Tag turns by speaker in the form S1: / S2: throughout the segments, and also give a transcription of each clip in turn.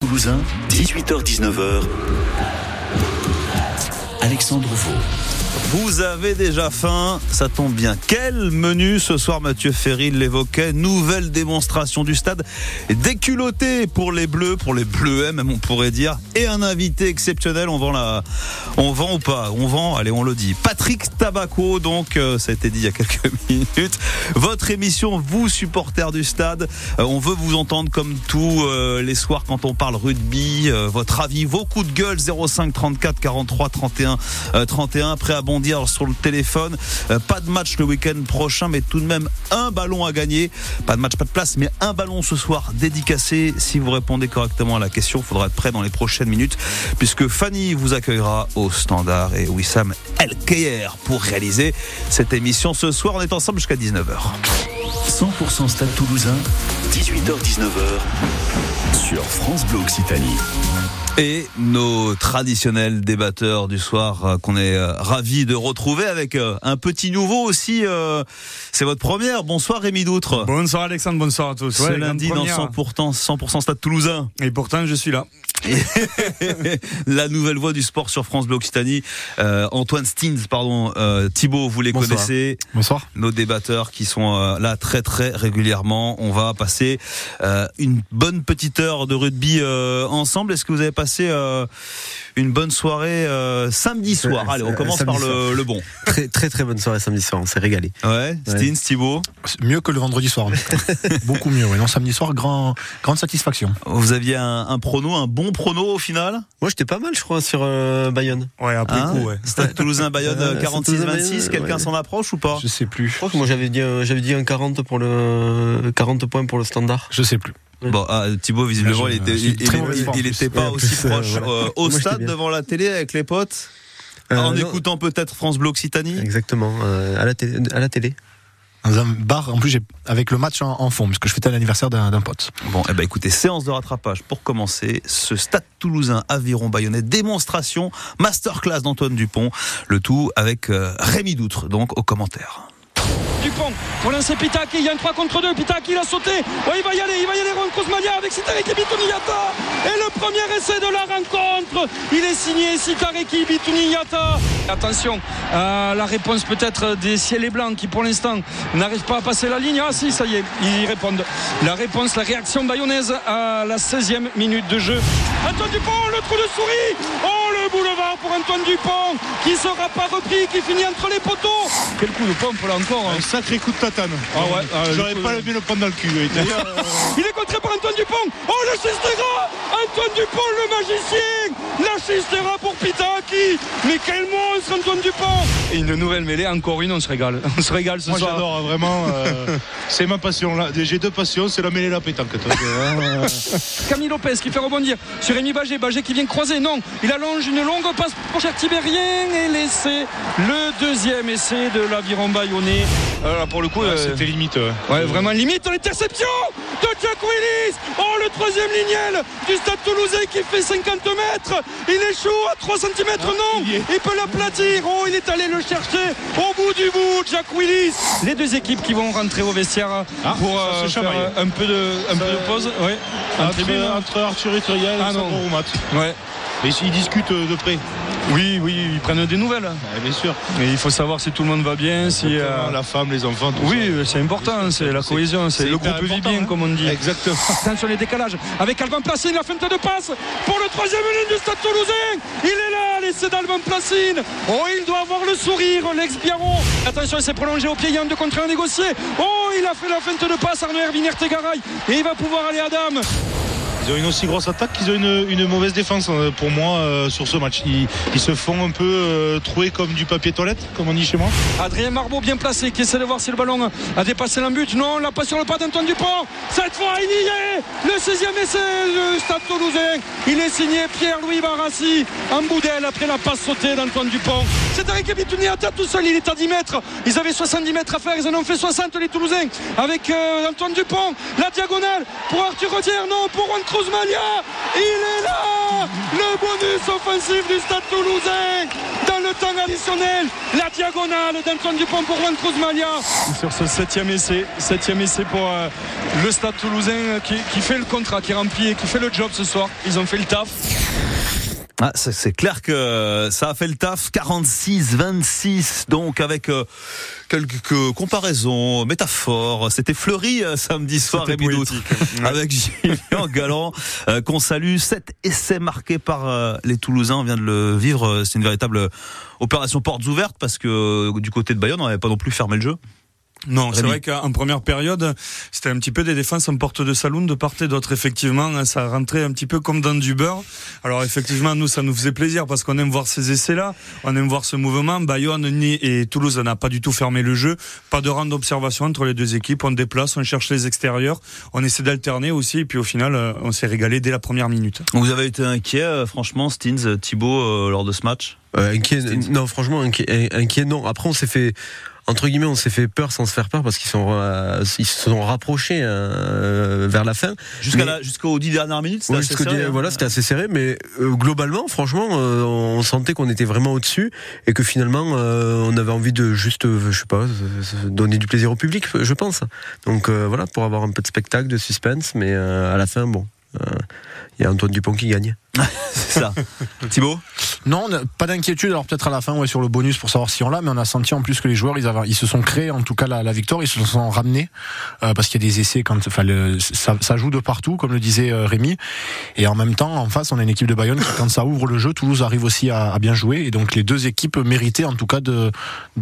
S1: Toulousain, 18h-19h, Alexandre Vaux.
S2: Vous avez déjà faim, ça tombe bien. Quel menu ce soir, Mathieu Ferry l'évoquait. Nouvelle démonstration du stade déculotté pour les Bleus même on pourrait dire. Et un invité exceptionnel, on vend ou pas? On vend, allez on le dit. Patrick Tabacco, donc ça a été dit il y a quelques minutes. Votre émission, vous supporters du stade, on veut vous entendre comme tous les soirs quand on parle rugby. Votre avis, vos coups de gueule, 05 34 43 31 31, prêt à bondir sur le téléphone. Pas de match le week-end prochain, mais tout de même un ballon à gagner. Pas de match, pas de place, mais un ballon ce soir dédicacé. Si vous répondez correctement à la question, il faudra être prêt dans les prochaines minutes, puisque Fanny vous accueillera au standard et Wissam El Kayer pour réaliser cette émission ce soir. On est ensemble jusqu'à 19h.
S1: 100% Stade Toulousain, 18h-19h, sur France Bleu Occitanie.
S2: Et nos traditionnels débatteurs du soir qu'on est ravis de retrouver avec un petit nouveau aussi. C'est votre première. Bonsoir Rémi Doutre.
S3: Bonsoir Alexandre, bonsoir à tous.
S2: Ce lundi dans 100% Stade Toulousain.
S3: Et pourtant je suis là.
S2: La nouvelle voix du sport sur France Bleu Occitanie. Antoine Stins, Thibaut, vous les connaissez.
S3: Bonsoir.
S2: Nos débatteurs qui sont là très très régulièrement. On va passer une bonne petite heure de rugby ensemble. Est-ce que vous avez passé une bonne soirée samedi soir? Allez, on commence par le bon.
S4: Très très très bonne soirée samedi soir, on s'est régalé.
S2: Ouais, Stins, Thibaut.
S5: Mieux que le vendredi soir. Beaucoup mieux. Non, samedi soir, grande satisfaction.
S2: Vous aviez un prono, un bon prono au final?
S4: Moi j'étais pas mal je crois sur Bayonne.
S3: Ouais, après coup, ouais.
S2: Stade Toulousain Bayonne 46-26, quelqu'un s'en approche ou pas?
S5: Je sais plus.
S4: Je crois que moi j'avais dit un 40 pour le 40 points pour le standard.
S5: Je sais plus.
S2: Bon, Thibaut visiblement il était pas aussi proche au stade devant la télé avec les potes en écoutant peut-être France Bleu Occitanie.
S4: Exactement, à la télé.
S5: Dans un bar, en plus, avec le match en fond, parce que je fêtais l'anniversaire d'un pote.
S2: Bon, écoutez, séance de rattrapage pour commencer. Ce Stade Toulousain Aviron Bayonnais, démonstration, masterclass d'Antoine Dupont. Le tout avec Rémi Doutre, donc aux commentaires.
S6: Dupont pour lancer Pitaki, il y a un 3 contre 2, Pitaki il a sauté, il va y aller Ron Kouzmania avec Sitariki Bitouniata et le premier essai de la rencontre, il est signé Sitariki Bitouniata. Attention à la réponse peut-être des ciels et blancs qui pour l'instant n'arrivent pas à passer la ligne. Ah si, ça y est, ils répondent. La réaction bayonnaise à la 16e minute de jeu. Antoine Dupont, le trou de souris, le boulevard pour Antoine Dupont qui sera pas repris, qui finit entre les poteaux. Quel coup de pompe là encore.
S7: Un sacré coup de tatane. J'aurais pas dû le prendre dans le cul.
S6: Il est contré par Antoine Dupont. Le Chistera, Antoine Dupont le magicien. La Chistera pour Pitaki. Mais quel monstre Antoine Dupont. Et une nouvelle mêlée, encore une, on se régale. On se régale ce soir.
S7: Moi j'adore, vraiment. C'est ma passion là. J'ai deux passions, c'est la mêlée et la pétanque.
S6: Camille Lopez qui fait rebondir sur Rémi Bagé qui vient croiser. Non, il allonge une longue passe pour Chertibérien et l'essai, le deuxième essai de l'Aviron Bayonnais. Pour le coup,
S7: c'était limite.
S6: Ouais, vraiment limite. L'interception de Jack Willis. Le troisième lignel du Stade Toulousain qui fait 50 mètres. Il échoue à 3 cm. Non, il peut l'aplatir. Il est allé le chercher au bout du bout, Jack Willis. Les deux équipes qui vont rentrer au vestiaire pour faire un peu de pause. Ouais.
S7: Entre Arthur Eturiel et Sandro Roumat.
S6: Ouais.
S7: Et ils discutent de près.
S6: Oui, ils prennent des nouvelles.
S7: Bien sûr.
S6: Mais il faut savoir si tout le monde va bien, si
S7: la femme, les enfants, tout
S6: ça. C'est important, c'est la cohésion, c'est le groupe vit bien, comme on dit.
S7: Exactement.
S6: Attention les décalages avec Alban Placine, la feinte de passe pour le troisième ligne du Stade Toulousain. Il est là, l'essai d'Alban Placine. Il doit avoir le sourire, l'ex-Biarron. Attention, il s'est prolongé au pied, il y a un 2 contre 1 négocié. Il a fait la feinte de passe, Arnaud Herviner-Tegaray. Et il va pouvoir aller à Dame.
S7: Ils ont une aussi grosse attaque qu'ils ont une mauvaise défense pour moi sur ce match. Ils se font un peu trouer comme du papier toilette, comme on dit chez moi.
S6: Adrien Marbeau bien placé qui essaie de voir si le ballon a dépassé l'embut. Non, on l'a pas sur le pas d'Antoine Dupont. Cette fois il y est. Le 16e essai du Stade Toulousain. Il est signé Pierre-Louis Barassi en boudelle après la passe sautée d'Antoine Dupont. C'est Eric Bitouniata tout seul, il est à 10 mètres. Ils avaient 70 mètres à faire, ils en ont fait 60 les Toulousains avec Antoine Dupont. La diagonale pour Arthur Rodière, non, pour Juan Kouzmania. Il est là. le bonus offensif du Stade Toulousain dans le temps additionnel. La diagonale d'Antoine Dupont pour Juan Cruz Malia. Sur ce 7e essai pour le Stade Toulousain qui fait le contrat, qui remplit et qui fait le job ce soir. Ils ont fait le taf.
S2: Ah, c'est clair que ça a fait le taf. 46-26, donc avec quelques comparaisons, métaphores. C'était fleuri samedi soir, Rémi Doutre, avec Julien Galland, qu'on salue. 7 essais marqués par les Toulousains. On vient de le vivre. C'est une véritable opération portes ouvertes, parce que du côté de Bayonne, on n'avait pas non plus fermé le jeu.
S3: Non, c'est vrai qu'en première période, c'était un petit peu des défenses en porte de saloon de part et d'autre. Effectivement, ça rentrait un petit peu comme dans du beurre. Alors effectivement, nous, ça nous faisait plaisir parce qu'on aime voir ces essais-là, on aime voir ce mouvement. Bayonne et Toulouse n'a pas du tout fermé le jeu. Pas de rang d'observation entre les deux équipes. On déplace, on cherche les extérieurs, on essaie d'alterner aussi. Et puis au final, on s'est régalé dès la première minute.
S2: Vous avez été inquiet, franchement, Stins, Thibaut, lors de ce match?
S4: Inquiet, non, franchement, inquiet, non. Après, on s'est fait peur sans se faire peur parce qu'ils se sont rapprochés vers la fin.
S2: Jusqu'aux 10 dernières minutes, c'était assez serré.
S4: Voilà, c'était assez serré, mais globalement, franchement, on sentait qu'on était vraiment au-dessus et que finalement, on avait envie de juste, je sais pas, donner du plaisir au public, je pense. Donc voilà, pour avoir un peu de spectacle, de suspense, mais à la fin, bon, il y a Antoine Dupont qui gagne.
S2: C'est ça. Thibaut?
S5: Non, pas d'inquiétude. Alors peut-être à la fin, sur le bonus pour savoir si on l'a, mais on a senti en plus que les joueurs, ils se sont créés en tout cas la victoire, ils se sont ramenés parce qu'il y a des essais ça joue de partout, comme le disait Rémi. Et en même temps, en face, on a une équipe de Bayonne qui, quand ça ouvre le jeu, Toulouse arrive aussi à bien jouer. Et donc les deux équipes méritaient en tout cas de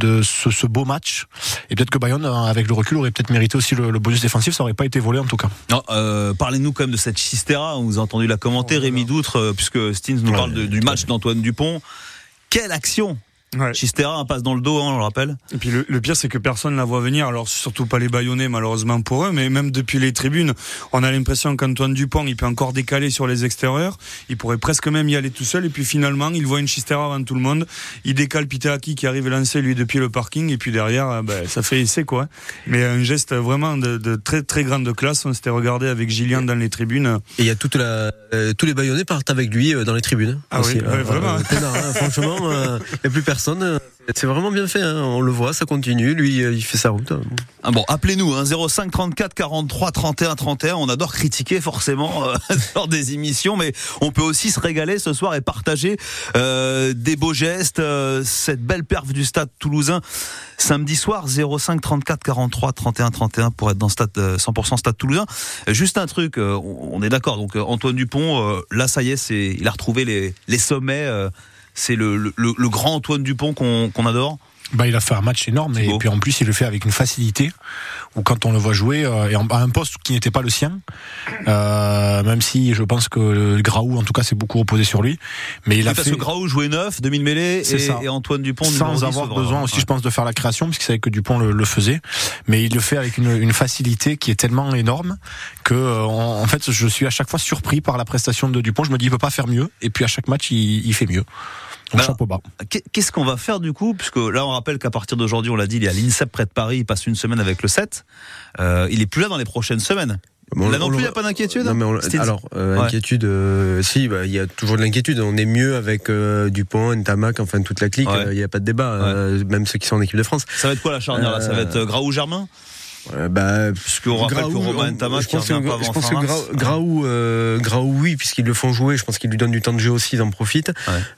S5: ce beau match. Et peut-être que Bayonne, avec le recul, aurait peut-être mérité aussi le bonus défensif. Ça aurait pas été volé en tout cas.
S2: Non, parlez-nous quand même de cette Chistera. On vous a entendu la commenter, Rémi Doutre, puisque Stins nous parle du match d'Antoine Dupont. Quelle action! Ouais. Chistera, un passe dans le dos, on le rappelle.
S3: Et puis le pire, c'est que personne ne la voit venir. Alors surtout pas les Bayonnais, malheureusement pour eux, mais même depuis les tribunes, on a l'impression qu'Antoine Dupont, il peut encore décaler sur les extérieurs. Il pourrait presque même y aller tout seul. Et puis finalement, il voit une Chistera avant tout le monde. Il décale Piteaki qui arrive lancer lui depuis le parking. Et puis derrière, ça fait essai quoi. Mais un geste vraiment de très très grande classe. On s'était regardé avec Gillian dans les tribunes.
S4: Et il y a tous les Bayonnais partent avec lui dans les tribunes.
S3: Ah aussi, oui, vraiment.
S4: Franchement, il n'y a plus personne. C'est vraiment bien fait, on le voit, ça continue, lui il fait sa route.
S2: Bon, appelez-nous 05 34 43 31 31, on adore critiquer forcément lors des émissions, mais on peut aussi se régaler ce soir et partager des beaux gestes, cette belle perf du Stade Toulousain samedi soir. 05 34 43 31 31 pour être dans Stade 100% Stade Toulousain. Juste un truc, on est d'accord, donc Antoine Dupont, là ça y est, il a retrouvé les sommets. C'est le grand Antoine Dupont qu'on adore.
S5: Il a fait un match énorme et puis en plus il le fait avec une facilité où quand on le voit jouer et à un poste qui n'était pas le sien, même si je pense que Graou en tout cas s'est beaucoup reposé sur lui, mais il a fait,
S2: parce que Graou jouait 9, demi-mêlée et Antoine Dupont
S5: sans avoir besoin aussi, je pense, de faire la création puisqu'il savait que Dupont le faisait, mais il le fait avec une facilité qui est tellement énorme que en fait je suis à chaque fois surpris par la prestation de Dupont. Je me dis il peut pas faire mieux et puis à chaque match il fait mieux. Donc chapeau bas.
S2: Qu'est-ce qu'on va faire du coup, puisque là on rappelle qu'à partir d'aujourd'hui, on l'a dit, il est à l'INSEP près de Paris, il passe une semaine avec le 7, il est plus là dans les prochaines semaines. Là non plus, il n'y a pas d'inquiétude.
S4: Non, mais inquiétude, si, il y a toujours de l'inquiétude. On est mieux avec Dupont, Ntamak, enfin toute la clique, il n'y a pas de débat, même ceux qui sont en équipe de France.
S2: Ça va être quoi la charnière là? Ça va être Graou-Germain? Parce qu'on rappelle que Romain Ntamak, je pense
S4: que Graou, oui, puisqu'ils le font jouer, je pense qu'il lui donne du temps de jeu aussi, ils en profitent.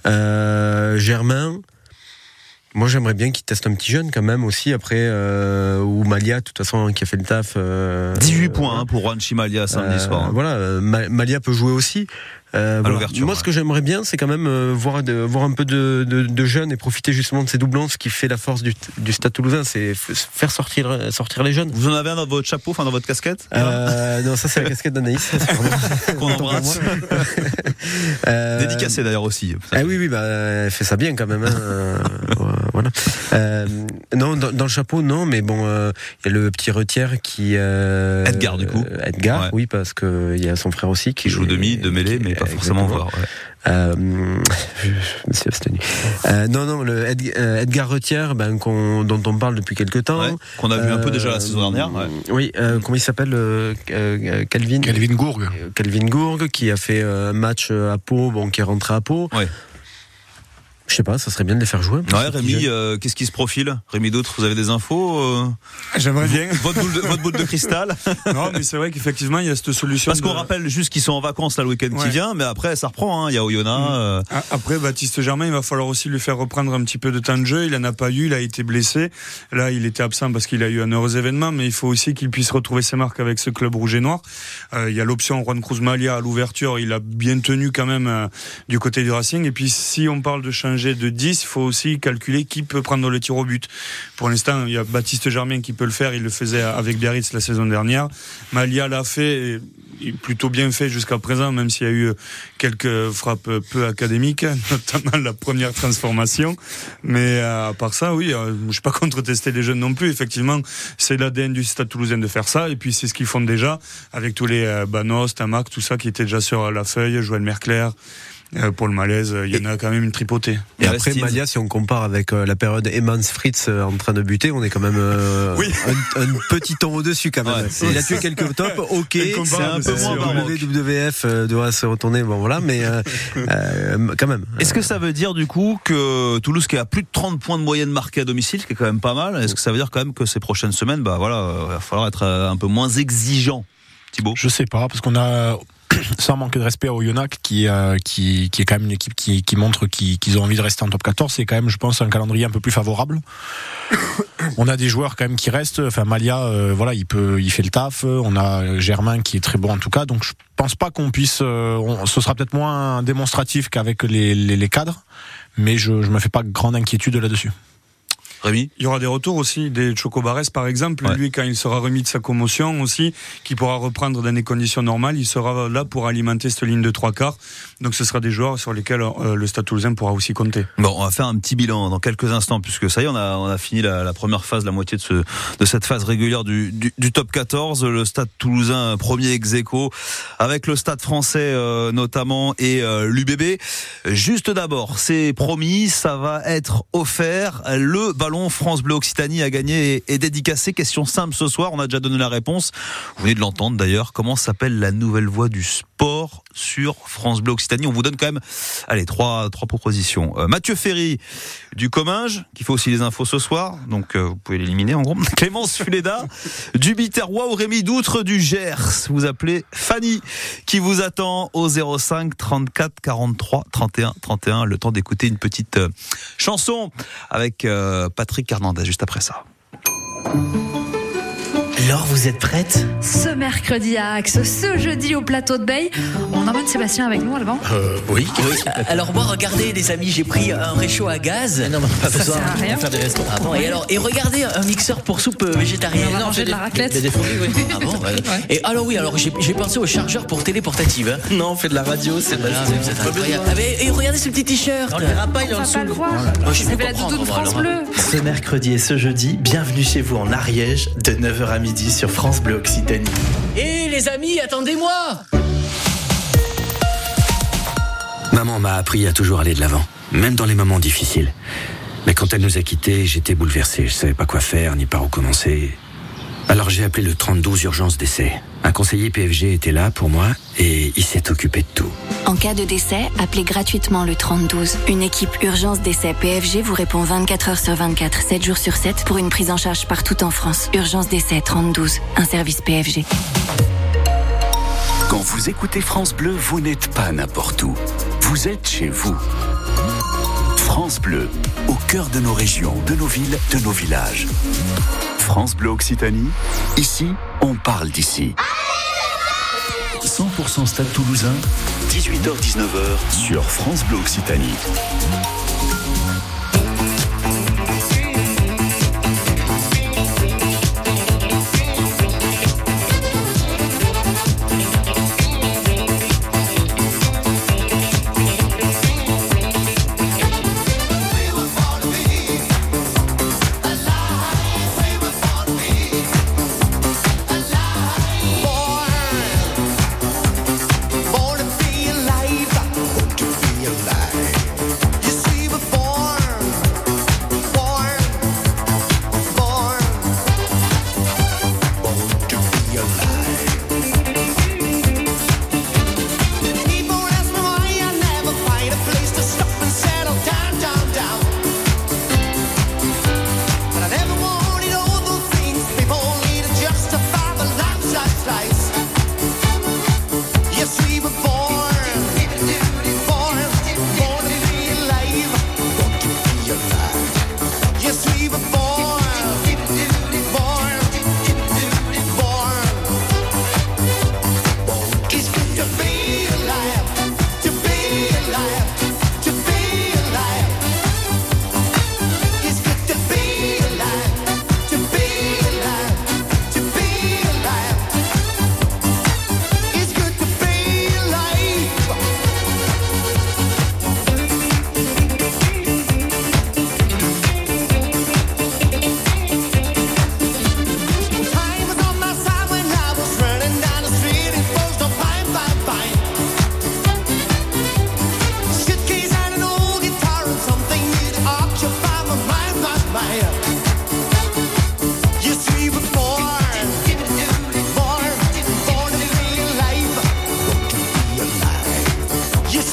S4: Germain, moi j'aimerais bien qu'il teste un petit jeune quand même aussi après, ou Malia, de toute façon, qui a fait le taf.
S2: 18 points pour Juanchi Malia samedi soir.
S4: Voilà, Malia peut jouer aussi. Moi, ce que j'aimerais bien, c'est quand même voir un peu de jeunes et profiter justement de ces doublons. Ce qui fait la force du Stade Toulousain, c'est faire sortir les jeunes.
S2: Vous en avez un dans votre chapeau, enfin dans votre casquette?
S4: Non, ça c'est la casquette d'Anaïs.
S2: Qu'on embrasse. Dédicacé d'ailleurs aussi.
S4: Oui, elle fait ça bien quand même. voilà. Non, dans le chapeau, non, mais bon, il y a le petit Retière qui
S2: Edgar, du coup.
S4: Edgar,
S2: Ouais.
S4: oui, parce que il y a son frère aussi qui
S2: joue demi, de mêlée, mais pas forcément voir. Ouais.
S4: Je me suis abstenu. Non, le Edgar Retière, dont on parle depuis quelques temps.
S2: Ouais, qu'on a vu un peu déjà la saison dernière. Ouais.
S4: Oui, comment il s'appelle Calvin
S5: Gourgue.
S4: Calvin Gourgue, qui a fait un match à Pau, qui est rentré à Pau.
S2: Ouais.
S4: Je sais pas, ça serait bien de les faire jouer.
S2: Ouais, Rémi, qu'est-ce qui se profile? Rémi, d'autres, vous avez des infos
S3: J'aimerais bien.
S2: Votre boule de cristal.
S3: Non, mais c'est vrai qu'effectivement, il y a cette solution.
S2: Parce qu'on rappelle juste qu'ils sont en vacances là, le week-end qui vient, mais après, ça reprend. Il y a Oyonnax.
S3: Après, Baptiste Germain, il va falloir aussi lui faire reprendre un petit peu de temps de jeu. Il en a pas eu, il a été blessé. Là, il était absent parce qu'il a eu un heureux événement, mais il faut aussi qu'il puisse retrouver ses marques avec ce club rouge et noir. Il y a l'option Juan Cruz Malia à l'ouverture. Il a bien tenu quand même du côté du Racing. Et puis, si on parle de changer de 10, il faut aussi calculer qui peut prendre le tir au but. Pour l'instant, il y a Baptiste Germain qui peut le faire, il le faisait avec Biarritz la saison dernière. Malia l'a fait, et plutôt bien fait jusqu'à présent, même s'il y a eu quelques frappes peu académiques, notamment la première transformation. Mais à part ça, oui, je suis pas contre tester les jeunes non plus. Effectivement, c'est l'ADN du Stade Toulousain de faire ça, et puis c'est ce qu'ils font déjà, avec tous les Banos, Tamac, tout ça qui était déjà sur la feuille, Joël Merclair. Pour le malaise, il y en a quand même une tripotée.
S4: Et après, Malia, si on compare avec la période Emmans Fritz en train de buter, on est quand même un petit ton au-dessus quand même. Ouais, il a tué quelques tops, ok, c'est un peu moins WWF doit se retourner, mais quand même.
S2: Est-ce que ça veut dire du coup que Toulouse, qui a plus de 30 points de moyenne marqués à domicile, ce qui est quand même pas mal, est-ce que ça veut dire quand même que ces prochaines semaines, il va falloir être un peu moins exigeant, Thibaut?
S5: Je sais pas, parce qu'on a, sans manquer de respect à Oyonnax, qui est quand même une équipe qui montre qu'ils ont envie de rester en top 14. C'est quand même, je pense, un calendrier un peu plus favorable. On a des joueurs quand même qui restent. Enfin, Malia, il fait le taf. On a Germain qui est très bon en tout cas. Donc, je pense pas qu'on puisse. Ce sera peut-être moins démonstratif qu'avec les cadres, mais je me fais pas grande inquiétude là-dessus.
S2: Rémi,
S3: il y aura des retours aussi, des Chocobares par exemple, lui quand il sera remis de sa commotion aussi, qui pourra reprendre dans des conditions normales, il sera là pour alimenter cette ligne de 3/4, donc ce sera des joueurs sur lesquels le Stade Toulousain pourra aussi compter.
S2: Bon, on va faire un petit bilan dans quelques instants, puisque ça y est, on a fini la première phase, la moitié de cette phase régulière du top 14, le Stade Toulousain premier ex-aequo, avec le Stade Français notamment, et l'UBB. Juste d'abord, c'est promis, ça va être offert, le ballon France Bleu Occitanie a gagné et dédicacé. Question simple ce soir, on a déjà donné la réponse. Vous venez de l'entendre d'ailleurs. Comment s'appelle la nouvelle voix du sport sur France Bleu Occitanie? On vous donne quand même, trois propositions. Mathieu Ferry du Comminges, qui fait aussi les infos ce soir, donc vous pouvez l'éliminer en gros. Clémence Fuleda du Biterrois ou Rémi Doutre du Gers. Vous appelez Fanny, qui vous attend au 05 34 43 31 31. Le temps d'écouter une petite chanson avec Patrick Hernandez juste après ça.
S8: Laure, vous êtes prête?
S9: Ce mercredi à Axe, ce jeudi au plateau de Beille, on emmène Sébastien avec nous, Alban?
S8: Oui. Alors moi, regardez les amis, j'ai pris un réchaud à gaz. Non, pas besoin de faire des restaurants. Ah bon, et regardez un mixeur pour soupe végétarienne.
S9: On va manger de la raclette.
S8: Oui. Ah bon, ouais. Et alors j'ai pensé au chargeur pour télé portative. Hein.
S10: Non, on fait de la radio, c'est pas
S8: incroyable. Et regardez ce petit t-shirt.
S10: On le verra pas, il est en
S9: dessous. On va pas le voir. C'est la doudoune France Bleu.
S10: Ce mercredi et ce jeudi, bienvenue chez vous en Ariège, de 9h à midi sur France Bleu Occitanie.
S8: Et les amis, attendez-moi!
S11: Maman m'a appris à toujours aller de l'avant, même dans les moments difficiles. Mais quand elle nous a quittés, j'étais bouleversé. Je savais pas quoi faire, ni par où commencer. Alors j'ai appelé le 32 urgence décès. Un conseiller PFG était là pour moi et il s'est occupé de tout.
S12: En cas de décès, appelez gratuitement le 3012. Une équipe urgence décès PFG vous répond 24 heures sur 24, 7 jours sur 7 pour une prise en charge partout en France. Urgence décès 3012, un service PFG.
S1: Quand vous écoutez France Bleu, vous n'êtes pas n'importe où. Vous êtes chez vous. France Bleu, au cœur de nos régions, de nos villes, de nos villages. France Bleu Occitanie, ici, on parle d'ici. 100% Stade Toulousain, 18h-19h sur France Bleu Occitanie.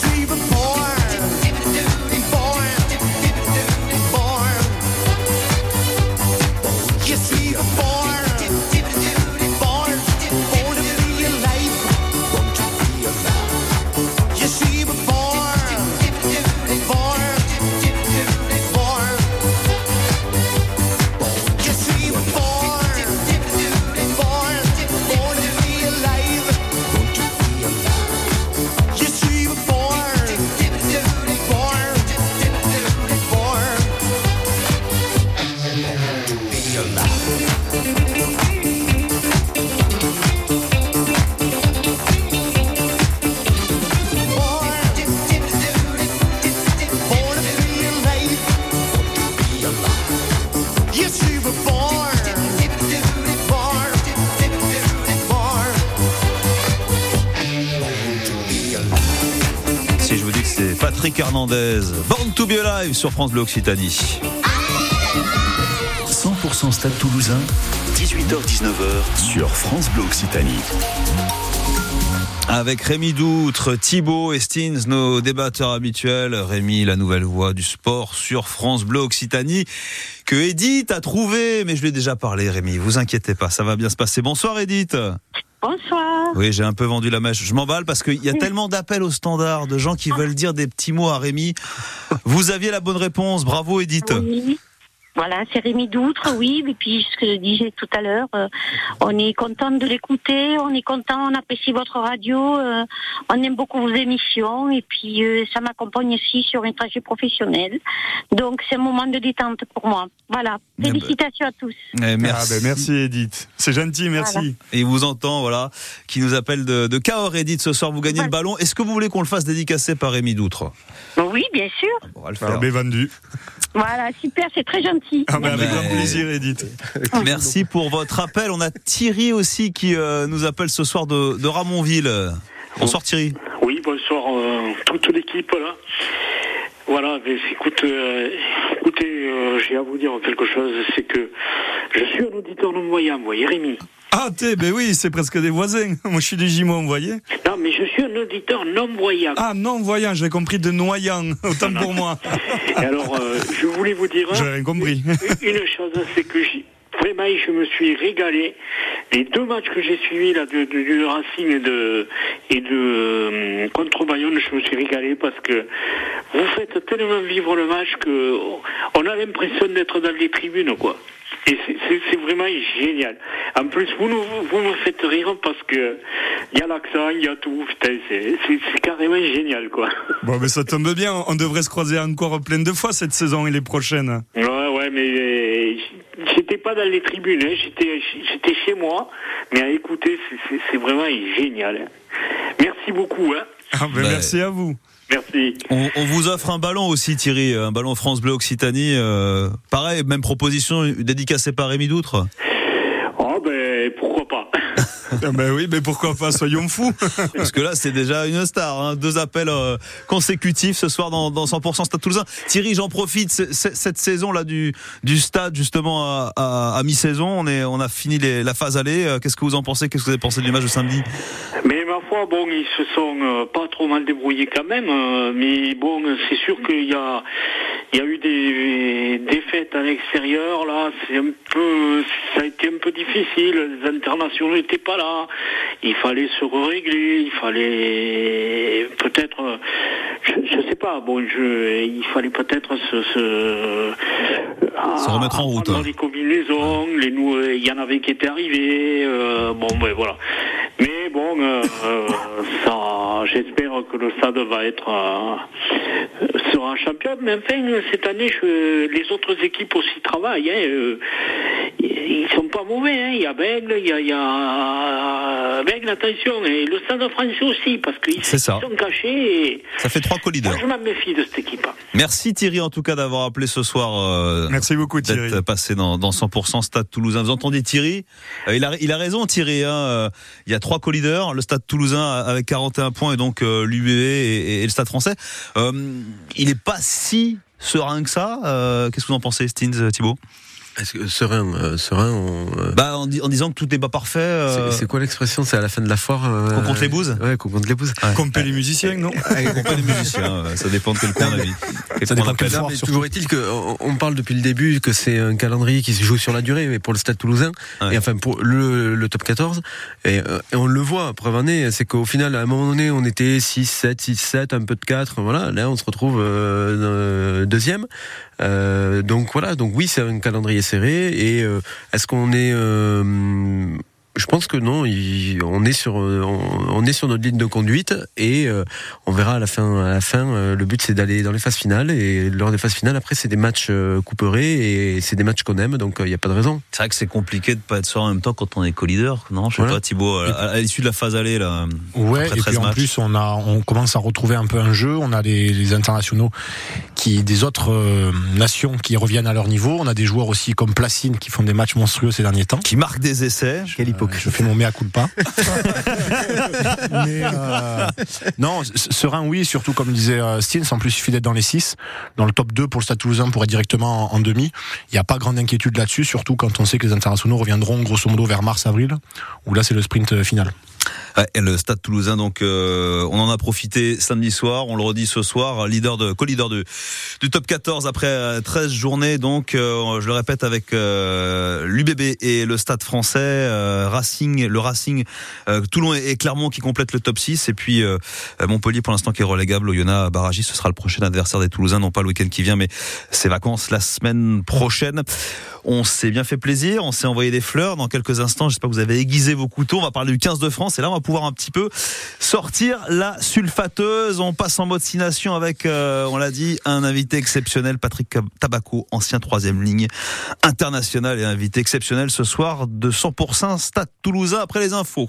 S2: Patrick Hernandez, Born to be Alive sur France Bleu Occitanie.
S1: 100% Stade Toulousain, 18h-19h sur France Bleu Occitanie.
S2: Avec Rémi Doutre, Thibaut et Stins, nos débatteurs habituels. Rémi, la nouvelle voix du sport sur France Bleu Occitanie, que Edith a trouvé. Mais je lui ai déjà parlé, Rémi, vous inquiétez pas, ça va bien se passer. Bonsoir Edith.
S13: Bonsoir.
S2: Oui, j'ai un peu vendu la mèche. Je m'emballe parce qu'il y a tellement d'appels au standard, de gens qui veulent dire des petits mots à Rémi. Vous aviez la bonne réponse, bravo Edith.
S13: Oui. Voilà, c'est Rémi Doutre, oui, et puis ce que je disais tout à l'heure, on est content de l'écouter, on est content, on apprécie votre radio, on aime beaucoup vos émissions, et puis ça m'accompagne aussi sur un trajet professionnel. Donc c'est un moment de détente pour moi. Voilà, félicitations à tous.
S2: Merci.
S3: Merci Edith, c'est gentil, merci.
S13: Voilà.
S2: Et il vous entend, voilà, qui nous appelle de Cahors. Edith, ce soir vous gagnez le ballon. Est-ce que vous voulez qu'on le fasse dédicacer par Rémi Doutre?
S13: Oui, bien sûr.
S2: On va le faire.
S3: Vendu.
S13: Voilà, super, c'est très gentil.
S3: Avec grand plaisir, Edith.
S2: Merci pour votre appel. On a Thierry aussi qui nous appelle ce soir de Ramonville. Bonsoir Thierry.
S14: Oui, bonsoir toute l'équipe là. Voilà, mais écoutez, j'ai à vous dire quelque chose, c'est que je suis un auditeur non-voyant, vous voyez, Rémi.
S3: Ah, ben oui, c'est presque des voisins. Moi, je suis des Gimons, vous voyez.
S14: Non, mais je suis un auditeur non-voyant.
S3: Ah, non-voyant, j'ai compris de noyant, autant pour moi.
S14: Et alors, je voulais vous dire...
S3: J'ai rien compris.
S14: Une chose, c'est que vraiment, je me suis régalé. Les deux matchs que j'ai suivis là, du Racing et de contre Bayonne, je me suis régalé parce que vous faites tellement vivre le match que on a l'impression d'être dans les tribunes, quoi. Et c'est vraiment génial. En plus, vous me faites rire parce que il y a l'accent, il y a tout. Putain, c'est carrément génial, quoi.
S3: Bon, mais ça tombe bien. On devrait se croiser encore plein de fois cette saison et les prochaines.
S14: Ouais, mais j'étais pas dans les tribunes. Hein. J'étais chez moi. Mais à écouter, c'est vraiment génial. Merci beaucoup. Hein.
S3: Merci à vous.
S14: Merci.
S2: On vous offre un ballon aussi, Thierry, un ballon France Bleu Occitanie. Pareil, même proposition dédicacée par Rémi Doutre.
S14: Oh pourquoi pas.
S3: Oui, mais pourquoi pas, soyons fous.
S2: Parce que là, c'est déjà une star, hein. 2 appels consécutifs ce soir dans 100% Stade Toulousain. Thierry, j'en profite, cette saison-là du stade, justement, à mi-saison, on a fini la phase aller. Qu'est-ce que vous en pensez? Qu'est-ce que vous avez pensé du match de samedi?
S14: Mais ma foi, bon, ils se sont pas trop mal débrouillés quand même, mais bon, c'est sûr qu'il y a eu des défaites à l'extérieur, là, ça a été un peu difficile, les internationaux n'étaient pas là, il fallait se régler, il fallait peut-être, je sais pas, bon, il fallait peut-être se
S2: remettre en route.
S14: Dans les combinaisons, il y en avait qui étaient arrivés, voilà. Mais bon, j'espère que le stade sera champion. Mais enfin, cette année, les autres équipes aussi travaillent. Hein, ils sont pas mauvais. Hein. Il y a Bègle, il y a Bègle, attention, et le Stade français aussi, parce qu'ils sont cachés. Et
S2: ça fait 3 co-leaders.
S14: Moi, je m'en méfie de cette équipe.
S2: Merci Thierry, en tout cas, d'avoir appelé ce soir.
S3: Merci beaucoup Thierry.
S2: D'être passé dans 100% Stade Toulousain. Vous entendez Thierry? Il a raison Thierry. Hein. Il y a 3 co-leaders, le Stade Toulousain avec 41 points et donc l'UBB et le Stade Français. Il n'est pas si serein que ça. Qu'est-ce que vous en pensez, Stins, Thibaut?
S4: Est-ce que serein,
S2: en disant que tout n'est pas parfait.
S4: C'est quoi l'expression? C'est à la fin de la foire.
S2: Qu'on compte les bouses.
S4: Ouais, qu'on compte les bouses.
S3: Qu'on paie les musiciens, non?
S2: Qu'on paie les musiciens. Ça dépend de quel coin on a mis.
S4: Ça dépend de quelle foire. Toujours est-il qu'on parle depuis le début que c'est un calendrier qui se joue sur la durée, mais pour le Stade Toulousain, et enfin pour le top 14, et on le voit. Preuve en est, c'est qu'au final, à un moment donné, on était 6-7, un peu de 4. Voilà, là, on se retrouve deuxième. Donc voilà, donc oui, c'est un calendrier serré. Et est-ce qu'on est je pense que non, on est sur notre ligne de conduite et on verra à la fin. Le but c'est d'aller dans les phases finales et lors des phases finales, après c'est des matchs couperés et c'est des matchs qu'on aime, donc il n'y a pas de raison.
S2: C'est vrai que c'est compliqué de pas être serein en même temps quand on est co-leader, non? Je sais pas, Thibaut, à l'issue de la phase aller là.
S5: Ouais, et puis en plus on commence à retrouver un peu un jeu. On a les internationaux des autres nations qui reviennent à leur niveau. On a des joueurs aussi comme Placine qui font des matchs monstrueux ces derniers temps,
S2: qui marquent des essais.
S5: Je fais mon mea culpa. Mais non, serein oui, surtout comme disait Stins, en plus il suffit d'être dans les 6, dans le top 2 pour le Stade Toulousain pour être directement en demi. Il n'y a pas grande inquiétude là-dessus, surtout quand on sait que les internationaux reviendront grosso modo vers mars-avril, où là c'est le sprint final.
S2: Ouais, et le Stade Toulousain, donc on en a profité samedi soir, on le redit ce soir, co-leader du top 14 après 13 journées, donc je le répète avec l'UBB et le Stade Français, le Racing, Toulon et Clermont qui complètent le top 6, et puis Montpellier pour l'instant qui est relégable. Oyonnax Baraji, ce sera le prochain adversaire des Toulousains, non pas le week-end qui vient, mais ses vacances la semaine prochaine. On s'est bien fait plaisir, on s'est envoyé des fleurs. Dans quelques instants, j'espère que vous avez aiguisé vos couteaux. On va parler du 15 de France et là, on va pouvoir un petit peu sortir la sulfateuse. On passe en mode 6 nations avec, on l'a dit, un invité exceptionnel, Patrick Tabaco, ancien 3e ligne international et invité exceptionnel ce soir de 100% Stade Toulousain après les infos.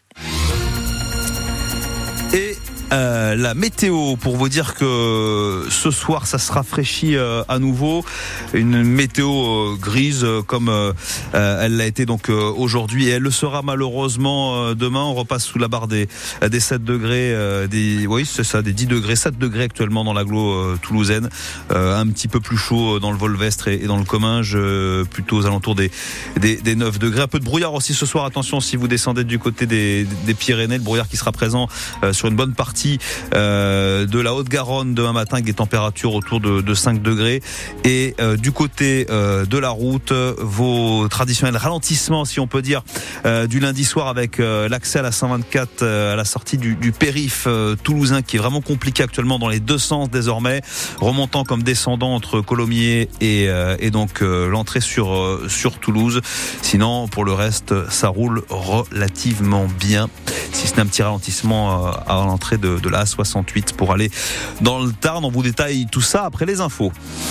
S2: Et la météo, pour vous dire que ce soir ça se rafraîchit à nouveau, une météo grise comme elle l'a été donc aujourd'hui, et elle le sera malheureusement demain. On repasse sous la barre des 7 degrés, oui c'est ça, des 10 degrés, 7 degrés actuellement dans l'agglo toulousaine, un petit peu plus chaud dans le Volvestre et dans le Comminges, plutôt aux alentours des 9 degrés. Un peu de brouillard aussi ce soir, attention si vous descendez du côté des Pyrénées, le brouillard qui sera présent sur une bonne partie de la Haute-Garonne demain matin avec des températures autour de 5 degrés. Et du côté de la route, vos traditionnels ralentissements, si on peut dire, du lundi soir avec l'accès à la 124 à la sortie du périph' toulousain qui est vraiment compliqué actuellement dans les deux sens désormais, remontant comme descendant entre Colomiers et donc l'entrée sur Toulouse. Sinon, pour le reste, ça roule relativement bien, si ce n'est un petit ralentissement à l'entrée de la A68 pour aller dans le Tarn. On vous détaille tout ça après les infos.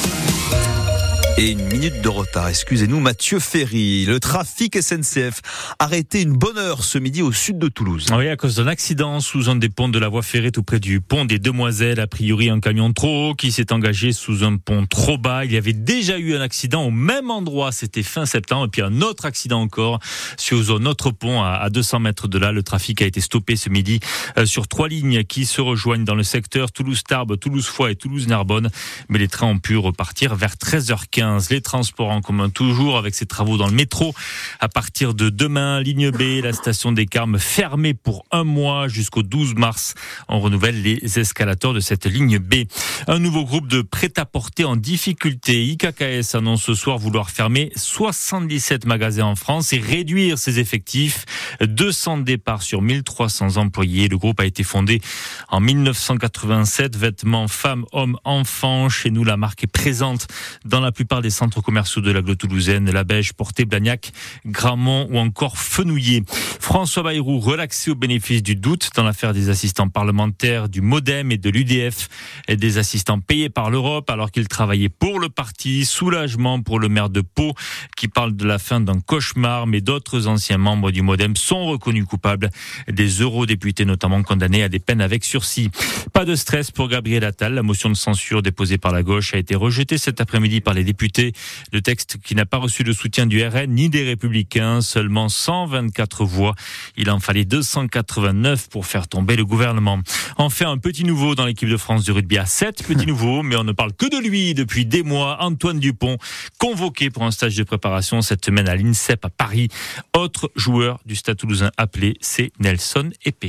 S2: Et une minute de retard, excusez-nous, Mathieu Ferry. Le trafic SNCF arrêté une bonne heure ce midi au sud de Toulouse.
S15: Oui, à cause d'un accident sous un des ponts de la voie ferrée tout près du pont des Demoiselles. A priori, un camion trop haut qui s'est engagé sous un pont trop bas. Il y avait déjà eu un accident au même endroit, c'était fin septembre. Et puis un autre accident encore sur un autre pont à 200 mètres de là. Le trafic a été stoppé ce midi sur 3 lignes qui se rejoignent dans le secteur Toulouse-Tarbes, Toulouse-Foix et Toulouse-Narbonne. Mais les trains ont pu repartir vers 13h15. Les transports en commun toujours avec ces travaux dans le métro. À partir de demain, ligne B, la station des Carmes fermée pour 1 mois jusqu'au 12 mars. On renouvelle les escalators de cette ligne B. Un nouveau groupe de prêt-à-porter en difficulté. IKKS annonce ce soir vouloir fermer 77 magasins en France et réduire ses effectifs. 200 départs sur 1300 employés. Le groupe a été fondé en 1987. Vêtements femmes, hommes, enfants. Chez nous, la marque est présente dans la plupart des centres commerciaux de l'agglo toulousaine, La Bèche, Portet, Blagnac, Gramont ou encore Fenouillet. François Bayrou relaxé au bénéfice du doute dans l'affaire des assistants parlementaires du MoDem et de l'UDF et des assistants payés par l'Europe alors qu'ils travaillaient pour le parti. Soulagement pour le maire de Pau qui parle de la fin d'un cauchemar, mais d'autres anciens membres du MoDem sont reconnus coupables. Des eurodéputés notamment condamnés à des peines avec sursis. Pas de stress pour Gabriel Attal. La motion de censure déposée par la gauche a été rejetée cet après-midi par les députés députés. Le texte qui n'a pas reçu le soutien du RN ni des Républicains, seulement 124 voix. Il en fallait 289 pour faire tomber le gouvernement. Enfin, un petit nouveau dans l'équipe de France du rugby à 7 petits nouveaux, mais on ne parle que de lui depuis des mois. Antoine Dupont, convoqué pour un stage de préparation cette semaine à l'INSEP à Paris. Autre joueur du Stade Toulousain appelé, c'est Nelson Épée.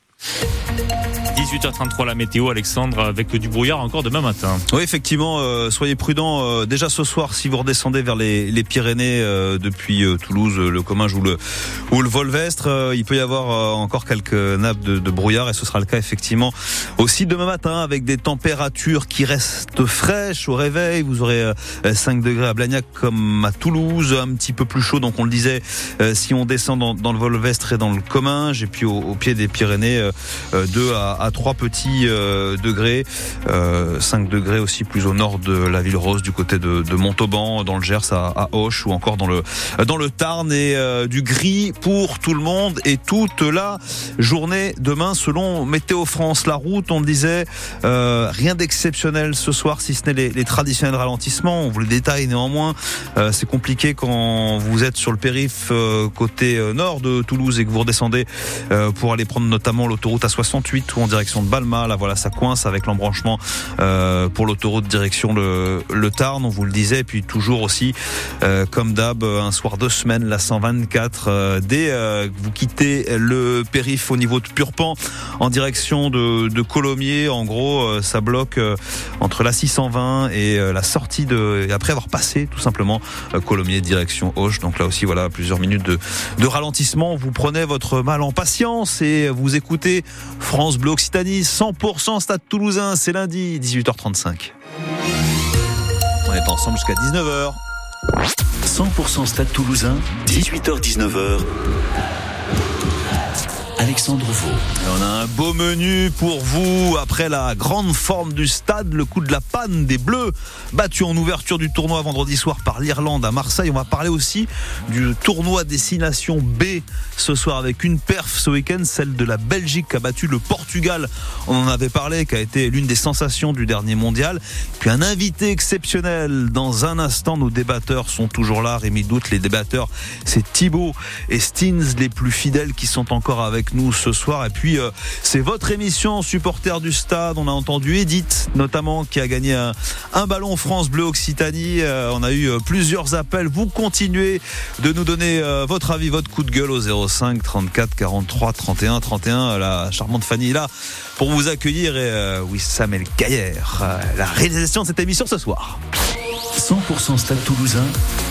S15: 18h33 la météo, Alexandre, avec du brouillard encore demain matin.
S2: Oui, effectivement, soyez prudents. Déjà ce soir, si vous redescendez vers les Pyrénées depuis Toulouse, le Comminges ou le Volvestre, il peut y avoir encore quelques nappes de brouillard et ce sera le cas effectivement aussi demain matin avec des températures qui restent fraîches au réveil. Vous aurez 5 degrés à Blagnac comme à Toulouse, un petit peu plus chaud, donc on le disait, si on descend dans le Volvestre et dans le Comminges, et puis au pied des Pyrénées, 2 à 3 petits degrés, 5 degrés aussi plus au nord de la ville rose du côté de Montauban, dans le Gers à Auch ou encore dans le Tarn, et du gris pour tout le monde et toute la journée demain selon Météo France. La route, on le disait, rien d'exceptionnel ce soir si ce n'est les traditionnels ralentissements. On vous le détaille néanmoins, c'est compliqué quand vous êtes sur le périph' côté nord de Toulouse et que vous redescendez pour aller prendre notamment l'autoroute A68 ou en direction de Balma. Là voilà, ça coince avec l'embranchement pour l'autoroute direction le Tarn, on vous le disait. Et puis toujours aussi comme d'hab, un soir de semaine, la 124, dès que vous quittez le périph' au niveau de Purpan en direction de Colomiers, en gros ça bloque entre la 620 et la sortie et après avoir passé tout simplement Colomiers direction Auch. Donc là aussi voilà, plusieurs minutes de ralentissement. Vous prenez votre mal en patience et vous écoutez France Bleu Occitanie, 100% Stade Toulousain. C'est lundi, 18h35. On est ensemble jusqu'à 19h.
S1: 100% Stade Toulousain, 18h-19h. Alexandre Vaux.
S2: On a un beau menu pour vous après la grande forme du stade, le coup de la panne des Bleus battus en ouverture du tournoi vendredi soir par l'Irlande à Marseille. On va parler aussi du tournoi Destination B ce soir avec une perf ce week-end, celle de la Belgique qui a battu le Portugal. On en avait parlé, qui a été l'une des sensations du dernier mondial. Puis un invité exceptionnel dans un instant. Nos débatteurs sont toujours là. Rémi Doute, les débatteurs, c'est Thibaut et Stins, les plus fidèles qui sont encore avec nous ce soir. Et puis c'est votre émission Supporters du Stade. On a entendu Edith notamment qui a gagné un ballon France Bleu Occitanie. On a eu plusieurs appels. Vous continuez de nous donner votre avis, votre coup de gueule au 05 34 43 31 31. La charmante Fanny est là pour vous accueillir et Wissam El Gayer, la réalisation de cette émission ce soir.
S1: 100% Stade Toulousain,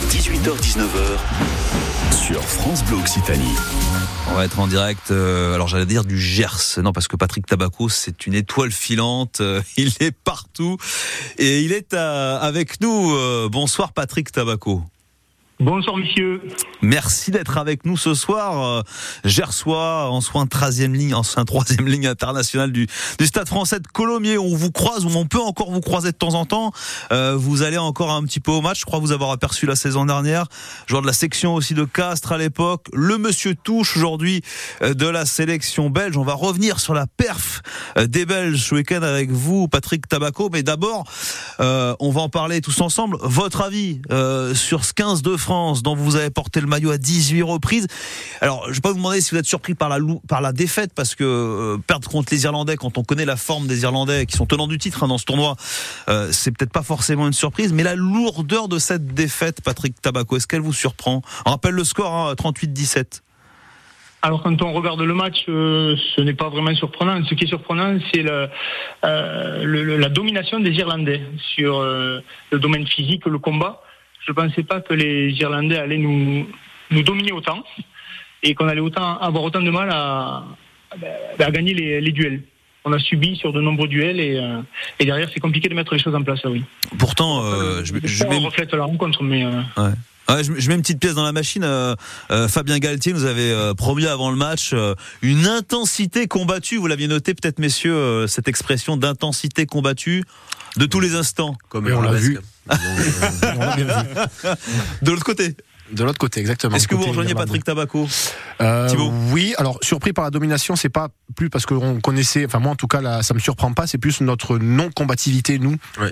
S1: 18h-19h sur France Bleu Occitanie.
S2: On va être en direct, alors j'allais dire du Gers, non parce que Patrick Tabaco c'est une étoile filante, il est partout et il est avec nous. Bonsoir Patrick Tabaco.
S16: Bonsoir messieurs.
S2: Merci d'être avec nous ce soir. Gersois, en soin 3e ligne internationale du Stade français de Colomiers. On vous croise, ou on peut encore vous croiser de temps en temps. Vous allez encore un petit peu au match. Je crois vous avoir aperçu la saison dernière. Joueur de la section aussi de Castres à l'époque. Le monsieur Touche aujourd'hui de la sélection belge. On va revenir sur la perf des Belges ce week-end avec vous, Patrick Tabaco. Mais d'abord, on va en parler tous ensemble. Votre avis sur ce 15 de France dont vous avez porté le maillot à 18 reprises. Alors, je ne vais pas vous demander si vous êtes surpris par la défaite, parce que perdre contre les Irlandais, quand on connaît la forme des Irlandais qui sont tenants du titre dans ce tournoi, c'est peut-être pas forcément une surprise, mais la lourdeur de cette défaite, Patrick Tabaco, est-ce qu'elle vous surprend? On rappelle le score, 38-17.
S16: Alors quand on regarde le match, ce n'est pas vraiment surprenant. Ce qui est surprenant, c'est la domination des Irlandais sur le domaine physique, le combat. Je ne pensais pas que les Irlandais allaient nous dominer autant et qu'on allait avoir autant de mal à gagner les duels. On a subi sur de nombreux duels et derrière c'est compliqué de mettre les choses en place, oui.
S2: Pourtant,
S16: on reflète la rencontre, mais...
S2: Ouais. Ouais, je mets une petite pièce dans la machine. Fabien Galtier nous avait promis avant le match une intensité combattue. Vous l'aviez noté peut-être, messieurs, cette expression d'intensité combattue de tous les instants.
S5: Comme on l'a vu. On l'a bien vu.
S2: De l'autre côté.
S5: De l'autre côté, exactement.
S2: Est-ce que vous rejoignez Patrick Tabaco?
S5: Oui, alors surpris par la domination, c'est pas plus parce qu'on connaissait, enfin moi en tout cas, ça me surprend pas, c'est plus notre non-combativité, nous.
S4: Ouais.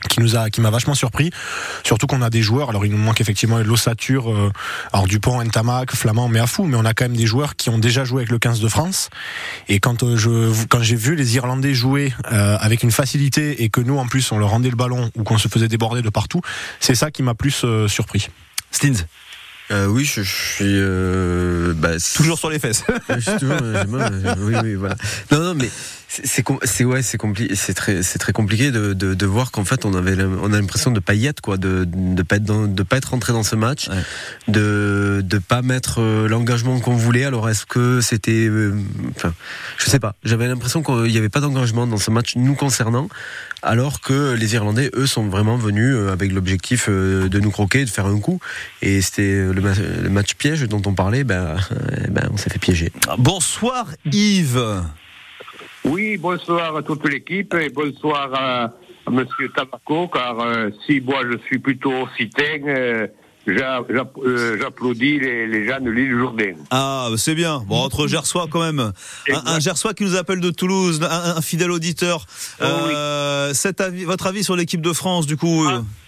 S5: qui m'a vachement surpris, surtout qu'on a des joueurs, alors il nous manque effectivement l'ossature, alors Dupont, Ntamak, Flamand, Meafou, mais on a quand même des joueurs qui ont déjà joué avec le 15 de France, et quand j'ai vu les Irlandais jouer avec une facilité, et que nous en plus on leur rendait le ballon, ou qu'on se faisait déborder de partout, c'est ça qui m'a plus surpris.
S2: Stins.
S4: Oui, je suis
S2: toujours sur les fesses.
S4: Je suis toujours, oui, voilà. Non, mais c'est compliqué, c'est très compliqué de voir qu'en fait on a l'impression de pas y être, quoi, de pas être rentré dans ce match, ouais. de pas mettre l'engagement qu'on voulait. Alors est-ce que c'était, je sais pas. J'avais l'impression qu'il y avait pas d'engagement dans ce match nous concernant, alors que les Irlandais, eux, sont vraiment venus avec l'objectif de nous croquer, de faire un coup. Et c'était le match piège dont on parlait. On s'est fait piéger.
S2: Bonsoir Yves.
S17: Oui, bonsoir à toute l'équipe et bonsoir à Monsieur Tabaco, car si moi je suis plutôt occitan, j'applaudis les gens de l'île Jourdain.
S2: Ah, c'est bien. Bon, entre Gersois quand même. Un Gersois qui nous appelle de Toulouse, un fidèle auditeur. Oui. Votre avis sur l'équipe de France, du coup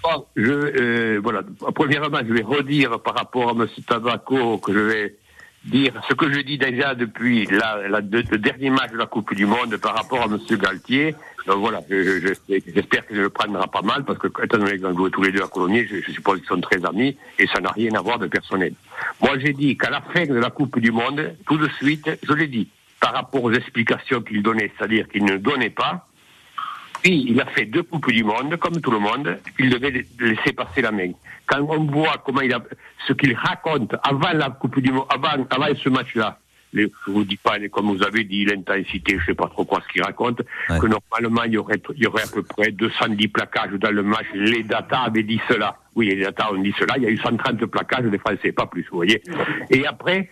S17: voilà. Premièrement, je vais redire par rapport à Monsieur Tabaco que je vais dire ce que je dis déjà depuis le dernier match de la Coupe du Monde par rapport à M. Galtier. Donc voilà, j'espère qu'il ne le prendra pas mal, parce que étant donné qu'ils ont joué tous les deux à Colomiers, je suppose qu'ils sont très amis, et ça n'a rien à voir de personnel. Moi j'ai dit qu'à la fin de la Coupe du Monde, tout de suite, je l'ai dit, par rapport aux explications qu'il donnait, c'est-à-dire qu'il ne donnait pas, puis il a fait 2 Coupes du Monde, comme tout le monde, il devait laisser passer la main. Quand on voit ce qu'il raconte avant la Coupe du Monde, avant ce match-là, je vous dis pas, comme vous avez dit, l'intensité, je sais pas trop quoi ce qu'il raconte, ouais. Que normalement il y aurait à peu près 210 plaquages dans le match. Les data avaient dit cela. Oui, les data ont dit cela. Il y a eu 130 plaquages des Français, pas plus, vous voyez. Et après,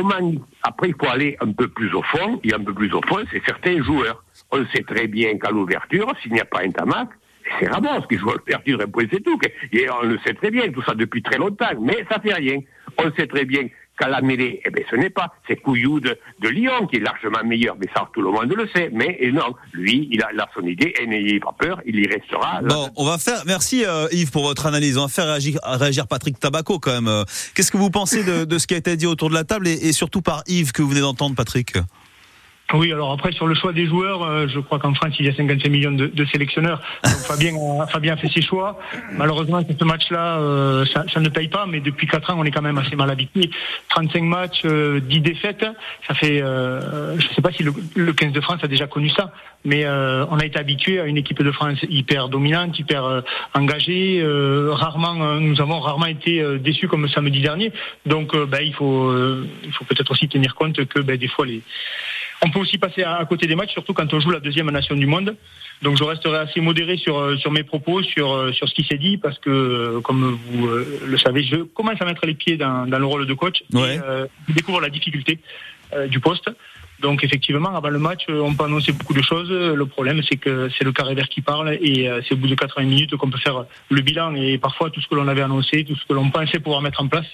S17: il faut aller un peu plus au fond. Et un peu plus au fond, c'est certains joueurs. On sait très bien qu'à l'ouverture, s'il n'y a pas un Ntamak, c'est Ramos qui joue à l'ouverture, et puis c'est tout. Et on le sait très bien, tout ça depuis très longtemps, mais ça fait rien. On sait très bien qu'à la mêlée, ce n'est pas. C'est Couillou de Lyon qui est largement meilleur, mais ça, tout le monde le sait. Mais non, lui, il a son idée, et n'ayez pas peur, il y restera.
S2: Bon, on va faire, merci Yves pour votre analyse, on va faire réagir Patrick Tabaco quand même. Qu'est-ce que vous pensez de ce qui a été dit autour de la table, et surtout par Yves que vous venez d'entendre, Patrick?
S16: Oui, alors après, sur le choix des joueurs, je crois qu'en France, il y a 55 millions de sélectionneurs. Donc Fabien a fait ses choix. Malheureusement, ce match-là, ça ne paye pas, mais depuis 4 ans, on est quand même assez mal habitué. 35 matchs, 10 défaites, ça fait... je ne sais pas si le 15 de France a déjà connu ça, mais on a été habitué à une équipe de France hyper dominante, hyper engagée. Nous avons rarement été déçus comme samedi dernier. Donc, il faut peut-être aussi tenir compte que des fois, on peut aussi passer à côté des matchs, surtout quand on joue la 2e nation du monde. Donc je resterai assez modéré sur mes propos, sur ce qui s'est dit, parce que, comme vous le savez, je commence à mettre les pieds dans le rôle de coach. Ouais. Et je découvre la difficulté du poste. Donc effectivement, avant le match, on peut annoncer beaucoup de choses. Le problème, c'est que c'est le carré vert qui parle, et c'est au bout de 80 minutes qu'on peut faire le bilan. Et parfois, tout ce que l'on avait annoncé, tout ce que l'on pensait pouvoir mettre en place,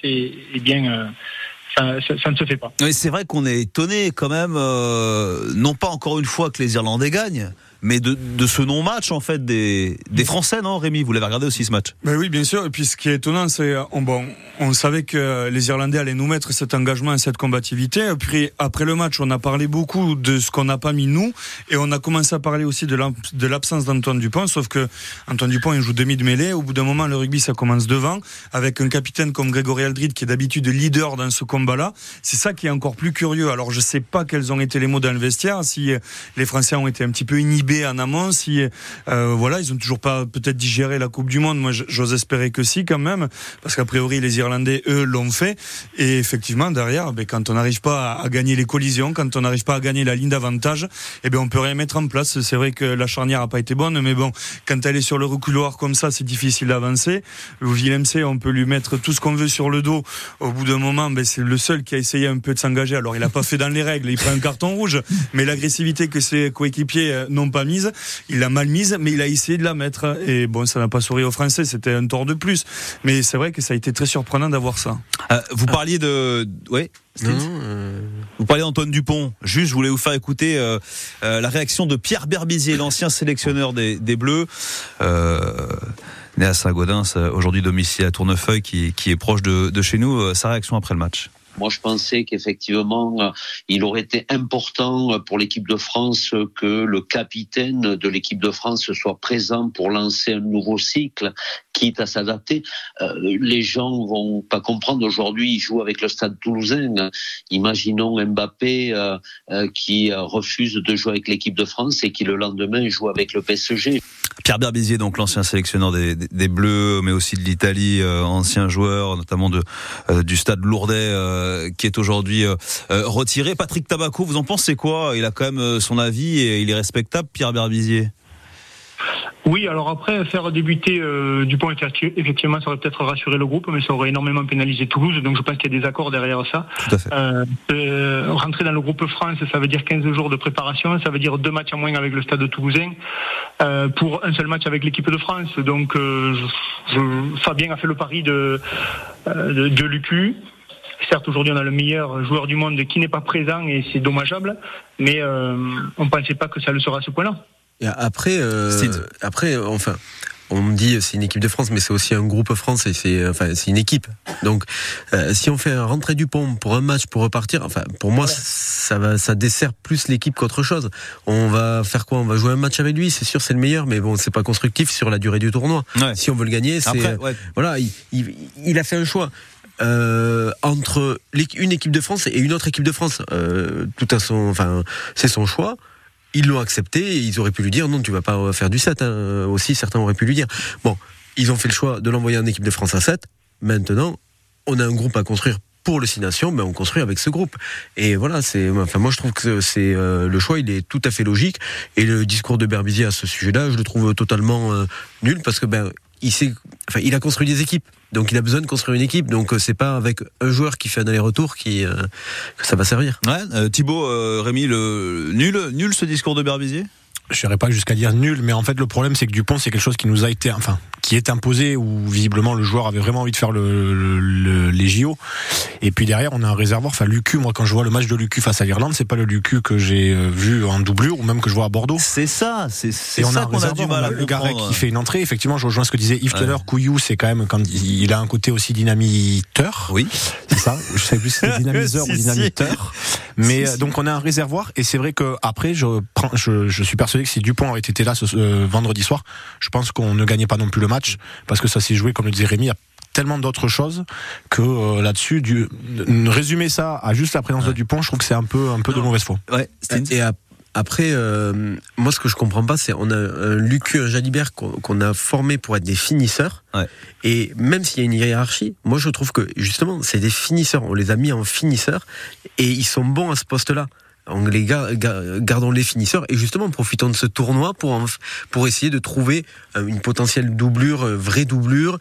S16: ça ne se fait pas.
S2: Oui, c'est vrai qu'on est étonné quand même, non pas encore une fois que les Irlandais gagnent, mais de ce non-match en fait des Français, non Rémi? Vous l'avez regardé aussi ce match?
S3: Ben oui, bien sûr. Et puis ce qui est étonnant, c'est on savait que les Irlandais allaient nous mettre cet engagement et cette combativité. Et puis après le match, on a parlé beaucoup de ce qu'on n'a pas mis nous, et on a commencé à parler aussi de l'absence d'Antoine Dupont. Sauf que Antoine Dupont, il joue demi de mêlée. Au bout d'un moment, le rugby, ça commence devant, avec un capitaine comme Grégory Aldrit qui est d'habitude leader dans ce combat-là. C'est ça qui est encore plus curieux. Alors je sais pas quels ont été les mots dans le vestiaire, si les Français ont été un petit peu inhibés en amont, si ils ont toujours pas peut-être digéré la Coupe du Monde. Moi j'ose espérer que si, quand même, parce qu'a priori les Irlandais eux l'ont fait. Et effectivement derrière, quand on n'arrive pas à gagner les collisions, quand on n'arrive pas à gagner la ligne d'avantage, on peut rien mettre en place. C'est vrai que la charnière a pas été bonne, mais bon, quand elle est sur le reculoir comme ça, c'est difficile d'avancer. Willem C, on peut lui mettre tout ce qu'on veut sur le dos. Au bout d'un moment, c'est le seul qui a essayé un peu de s'engager. Alors il a pas fait dans les règles, il prend un carton rouge, mais l'agressivité que ses coéquipiers n'ont pas mise, il l'a mal mise, mais il a essayé de la mettre, et bon, ça n'a pas souri aux Français, c'était un tort de plus, mais c'est vrai que ça a été très surprenant d'avoir ça.
S2: Vous parliez de... Oui, Vous parlez d'Antoine Dupont. Juste, je voulais vous faire écouter la réaction de Pierre Berbizier, l'ancien sélectionneur des Bleus, né à Saint-Gaudens, aujourd'hui domicilié à Tournefeuille, qui est proche de chez nous. Sa réaction après le match.
S18: Moi, je pensais qu'effectivement, il aurait été important pour l'équipe de France que le capitaine de l'équipe de France soit présent pour lancer un nouveau cycle, quitte à s'adapter. Les gens vont pas comprendre. Aujourd'hui, il joue avec le Stade Toulousain. Imaginons Mbappé qui refuse de jouer avec l'équipe de France et qui le lendemain joue avec le PSG.
S2: Pierre Berbizier, donc l'ancien sélectionneur des Bleus, mais aussi de l'Italie, ancien joueur, notamment du Stade Lourdais, qui est aujourd'hui retiré. Patrick Tabacco, vous en pensez quoi? Il a quand même son avis et il est respectable, Pierre Berbizier.
S16: Oui, alors après, faire débuter Dupont, effectivement, ça aurait peut-être rassuré le groupe, mais ça aurait énormément pénalisé Toulouse, donc je pense qu'il y a des accords derrière ça.
S2: Tout à fait.
S16: Rentrer dans le groupe France, ça veut dire 15 jours de préparation, ça veut dire 2 matchs en moins avec le Stade Toulousain, pour un seul match avec l'équipe de France. Donc Fabien a fait le pari de l'UQ. Certes, aujourd'hui, on a le meilleur joueur du monde qui n'est pas présent et c'est dommageable, mais on ne pensait pas que ça le sera à ce point-là.
S4: Et après, enfin, on me dit c'est une équipe de France, mais c'est aussi un groupe France et c'est une équipe. Donc, si on fait un rentrée du pont pour un match pour repartir, enfin, pour moi, ça dessert plus l'équipe qu'autre chose. On va faire quoi? On va jouer un match avec lui, c'est sûr, c'est le meilleur, mais bon, c'est pas constructif sur la durée du tournoi. Ouais. Si on veut le gagner, voilà, il a fait un choix. Entre une équipe de France et une autre équipe de France, c'est son choix. Ils l'ont accepté et ils auraient pu lui dire non, tu vas pas faire du 7 aussi, certains auraient pu lui dire. Bon, ils ont fait le choix de l'envoyer en équipe de France à 7. Maintenant, on a un groupe à construire pour le 6 Nations, on construit avec ce groupe. Et voilà, moi je trouve que c'est le choix, il est tout à fait logique. Et le discours de Berbizier à ce sujet-là, je le trouve totalement nul parce que il a construit des équipes. Donc il a besoin de construire une équipe. Donc c'est pas avec un joueur qui fait un aller-retour que ça va servir.
S2: Ouais, Thibaut, Rémi, nul ce discours de Berbizier?
S5: Je n'irais pas jusqu'à dire nul, mais en fait le problème c'est que Dupont c'est quelque chose qui nous a été, qui est imposé, où visiblement le joueur avait vraiment envie de faire les JO. Et puis derrière on a un réservoir, l'UQ, moi quand je vois le match de l'UQ face à l'Irlande, c'est pas le l'UQ que j'ai vu en doublure ou même que je vois à Bordeaux.
S2: C'est ça, c'est
S5: et on
S2: ça
S5: a
S2: qu'on a du mal à
S5: le Garec qui fait une entrée. Effectivement, je rejoins ce que disait Yves tout à l'heure. Couillou, c'est quand même quand il a un côté aussi dynamiteur.
S2: Oui,
S5: c'est ça. Je sais plus si c'est dynamiseur ou dynamiteur. Mais donc on a un réservoir et c'est vrai que après je suis persuadé que si Dupont avait été là ce vendredi soir, je pense qu'on ne gagnait pas non plus le match parce que ça s'est joué, comme le disait Rémi, il y a tellement d'autres choses que là-dessus, résumer ça à juste la présence de Dupont, je trouve que c'est un peu de mauvaise foi.
S2: Ouais.
S4: Et après, moi ce que je comprends pas, c'est on a un Lucu, un Jalibert qu'on a formé pour être des finisseurs. Ouais. Et même s'il y a une hiérarchie, moi je trouve que justement c'est des finisseurs. On les a mis en finisseurs et ils sont bons à ce poste-là. Gardons les finisseurs et justement profitons de ce tournoi pour essayer de trouver une potentielle vraie doublure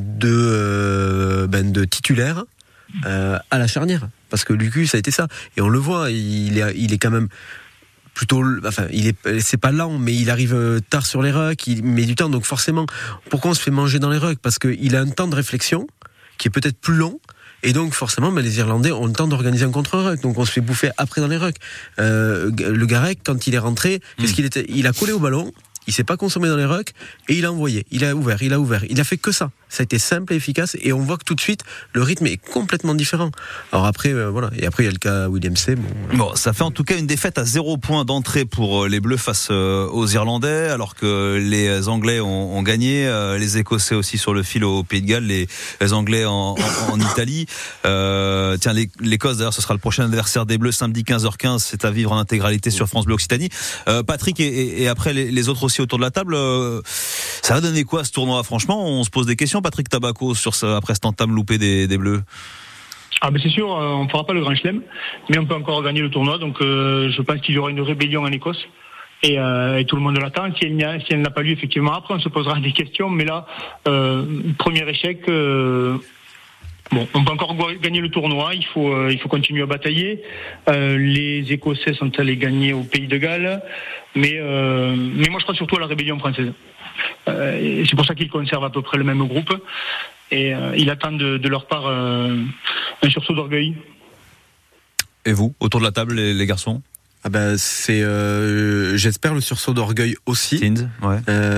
S4: de titulaire à la charnière, parce que Lucu ça a été ça et on le voit, il est quand même plutôt, c'est pas lent, mais il arrive tard sur les rucks, il met du temps, donc forcément pourquoi on se fait manger dans les rucks? Parce qu'il a un temps de réflexion qui est peut-être plus long. Et donc forcément, les Irlandais ont le temps d'organiser un contre-ruck, donc on se fait bouffer après dans les rucks. Le Garec, quand il est rentré, il a collé au ballon, il s'est pas consommé dans les rucks et il a envoyé, il a ouvert, il a fait que ça. Ça a été simple et efficace et on voit que tout de suite le rythme est complètement différent. Alors après voilà, et après il y a le cas William C.
S2: Bon, ça fait en tout cas une défaite à 0 points d'entrée pour les Bleus face aux Irlandais, alors que les Anglais ont gagné, les Écossais aussi sur le fil au Pays de Galles, les Anglais en Italie. Tiens, l'Écosse d'ailleurs, ce sera le prochain adversaire des Bleus samedi 15h15. C'est à vivre en intégralité sur France Bleu Occitanie. Patrick et après les autres aussi autour de la table, ça va donner quoi ce tournoi? Franchement, on se pose des questions. Patrick Tabacco sur après cet entame loupé des Bleus.
S16: C'est sûr, on ne fera pas le grand chelem, mais on peut encore gagner le tournoi, donc je pense qu'il y aura une rébellion en Écosse et tout le monde l'attend. Si elle n'a pas lieu, effectivement, après on se posera des questions, mais là, premier échec. On peut encore gagner le tournoi, il faut continuer à batailler. Les Écossais sont allés gagner au Pays de Galles, mais moi je crois surtout à la rébellion française. C'est pour ça qu'ils conservent à peu près le même groupe et il attend de leur part un sursaut d'orgueil.
S2: Et vous, autour de la table, les garçons?
S4: Ah ben c'est, j'espère le sursaut d'orgueil aussi.
S2: Ouais.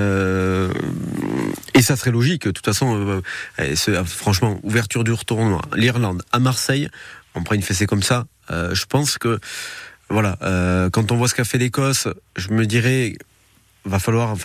S4: Et ça serait logique. De toute façon, franchement, ouverture du tournoi, l'Irlande à Marseille, on prend une fessée comme ça. Je pense que voilà, quand on voit ce qu'a fait l'Écosse, je me dirais, va falloir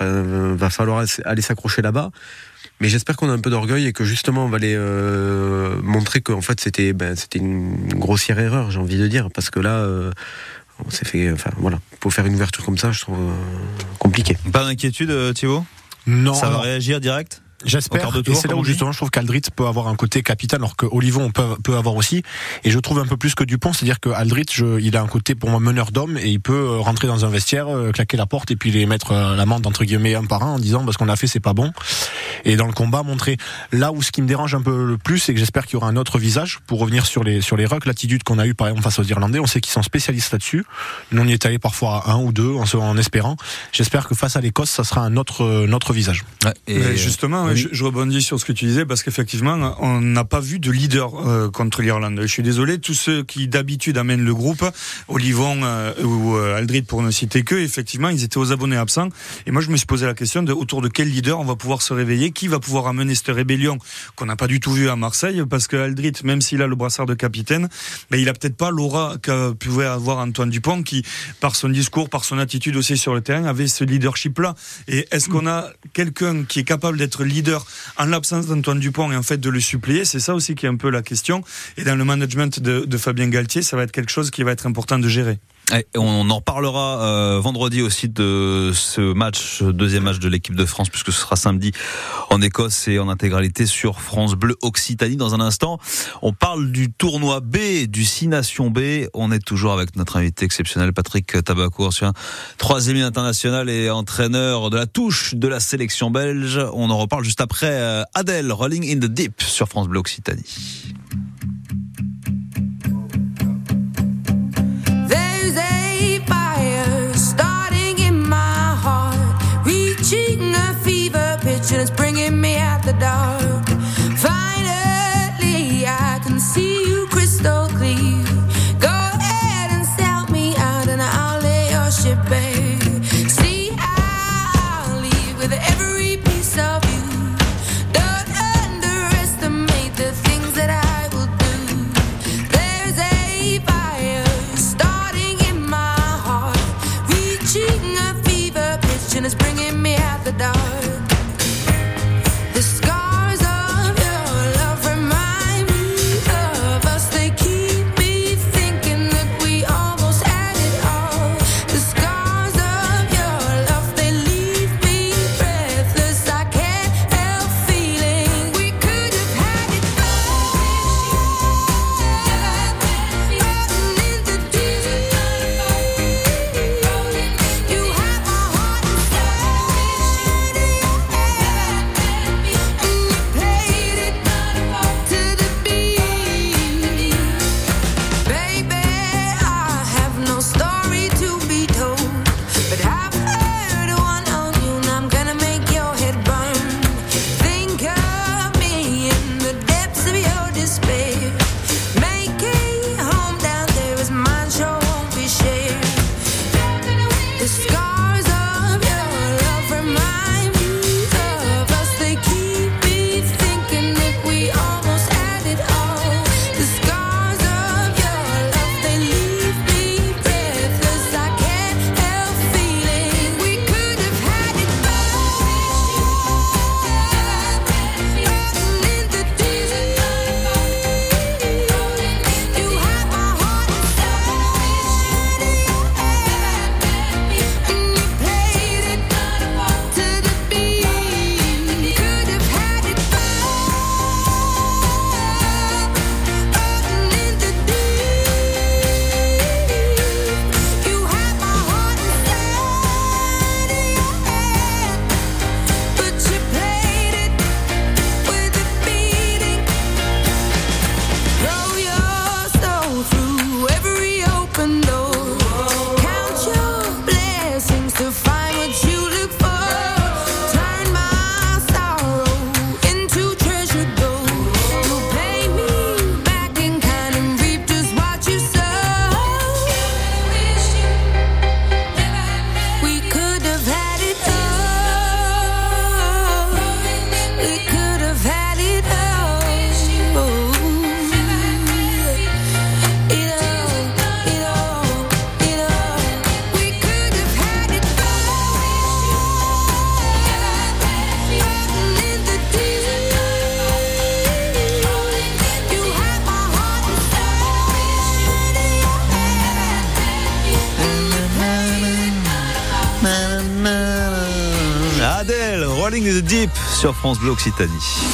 S4: aller s'accrocher là-bas. Mais j'espère qu'on a un peu d'orgueil et que justement on va aller montrer qu'en fait c'était une grossière erreur, j'ai envie de dire, parce que là. On s'est fait, pour faire une ouverture comme ça, je trouve compliqué.
S2: Pas d'inquiétude, Thibaut?
S5: Non.
S2: Ça va réagir direct?
S5: J'espère, et c'est là où justement je trouve qu'Aldrit peut avoir un côté capitaine, alors que Olivon peut avoir aussi, et je trouve un peu plus que Dupont, c'est-à-dire que Aldrit, il a un côté pour moi meneur d'homme, et il peut rentrer dans un vestiaire, claquer la porte, et puis les mettre l'amende entre guillemets un par un, en disant parce qu'on a fait c'est pas bon, et dans le combat montrer. Là où ce qui me dérange un peu le plus, c'est que j'espère qu'il y aura un autre visage, pour revenir sur les rucks, l'attitude qu'on a eu par exemple face aux Irlandais, on sait qu'ils sont spécialistes là-dessus, nous on y est allé parfois à 1 ou 2 en espérant, j'espère que face à l'Écosse ça sera un autre visage.
S3: Ouais, et justement, oui. je rebondis sur ce que tu disais, parce qu'effectivement, on n'a pas vu de leader contre l'Irlande. Je suis désolé, tous ceux qui d'habitude amènent le groupe, Olivon ou Aldrit pour ne citer que, effectivement, ils étaient aux abonnés absents. Et moi, je me suis posé la question autour de quel leader on va pouvoir se réveiller, qui va pouvoir amener cette rébellion qu'on n'a pas du tout vue à Marseille, parce que Aldrit, même s'il a le brassard de capitaine, il a peut-être pas l'aura que pouvait avoir Antoine Dupont, qui, par son discours, par son attitude aussi sur le terrain, avait ce leadership-là. Et est-ce qu'on a quelqu'un qui est capable d'être leader en l'absence d'Antoine Dupont et en fait de le suppléer? C'est ça aussi qui est un peu la question. Et dans le management de Fabien Galtier, ça va être quelque chose qui va être important de gérer.
S2: Et on en parlera vendredi aussi de ce match, deuxième match de l'équipe de France, puisque ce sera samedi en Écosse et en intégralité sur France Bleu Occitanie. Dans un instant, on parle du tournoi B, du 6 Nations B. On est toujours avec notre invité exceptionnel, Patrick Tabaco, ancien 3e international et entraîneur de la touche de la sélection belge. On en reparle juste après Adele, Rolling in the Deep sur France Bleu Occitanie.
S19: It's bringing me out the dark. Finally, I can see you crystal clear. Go ahead and sell me out, and I'll lay your ship bare. See, I'll leave with every piece of you. Don't underestimate the things that I will do. There's a fire starting in my heart, reaching a fever pitch, and it's bringing me out the dark.
S2: Rolling in the Deep sur France Bleu Occitanie.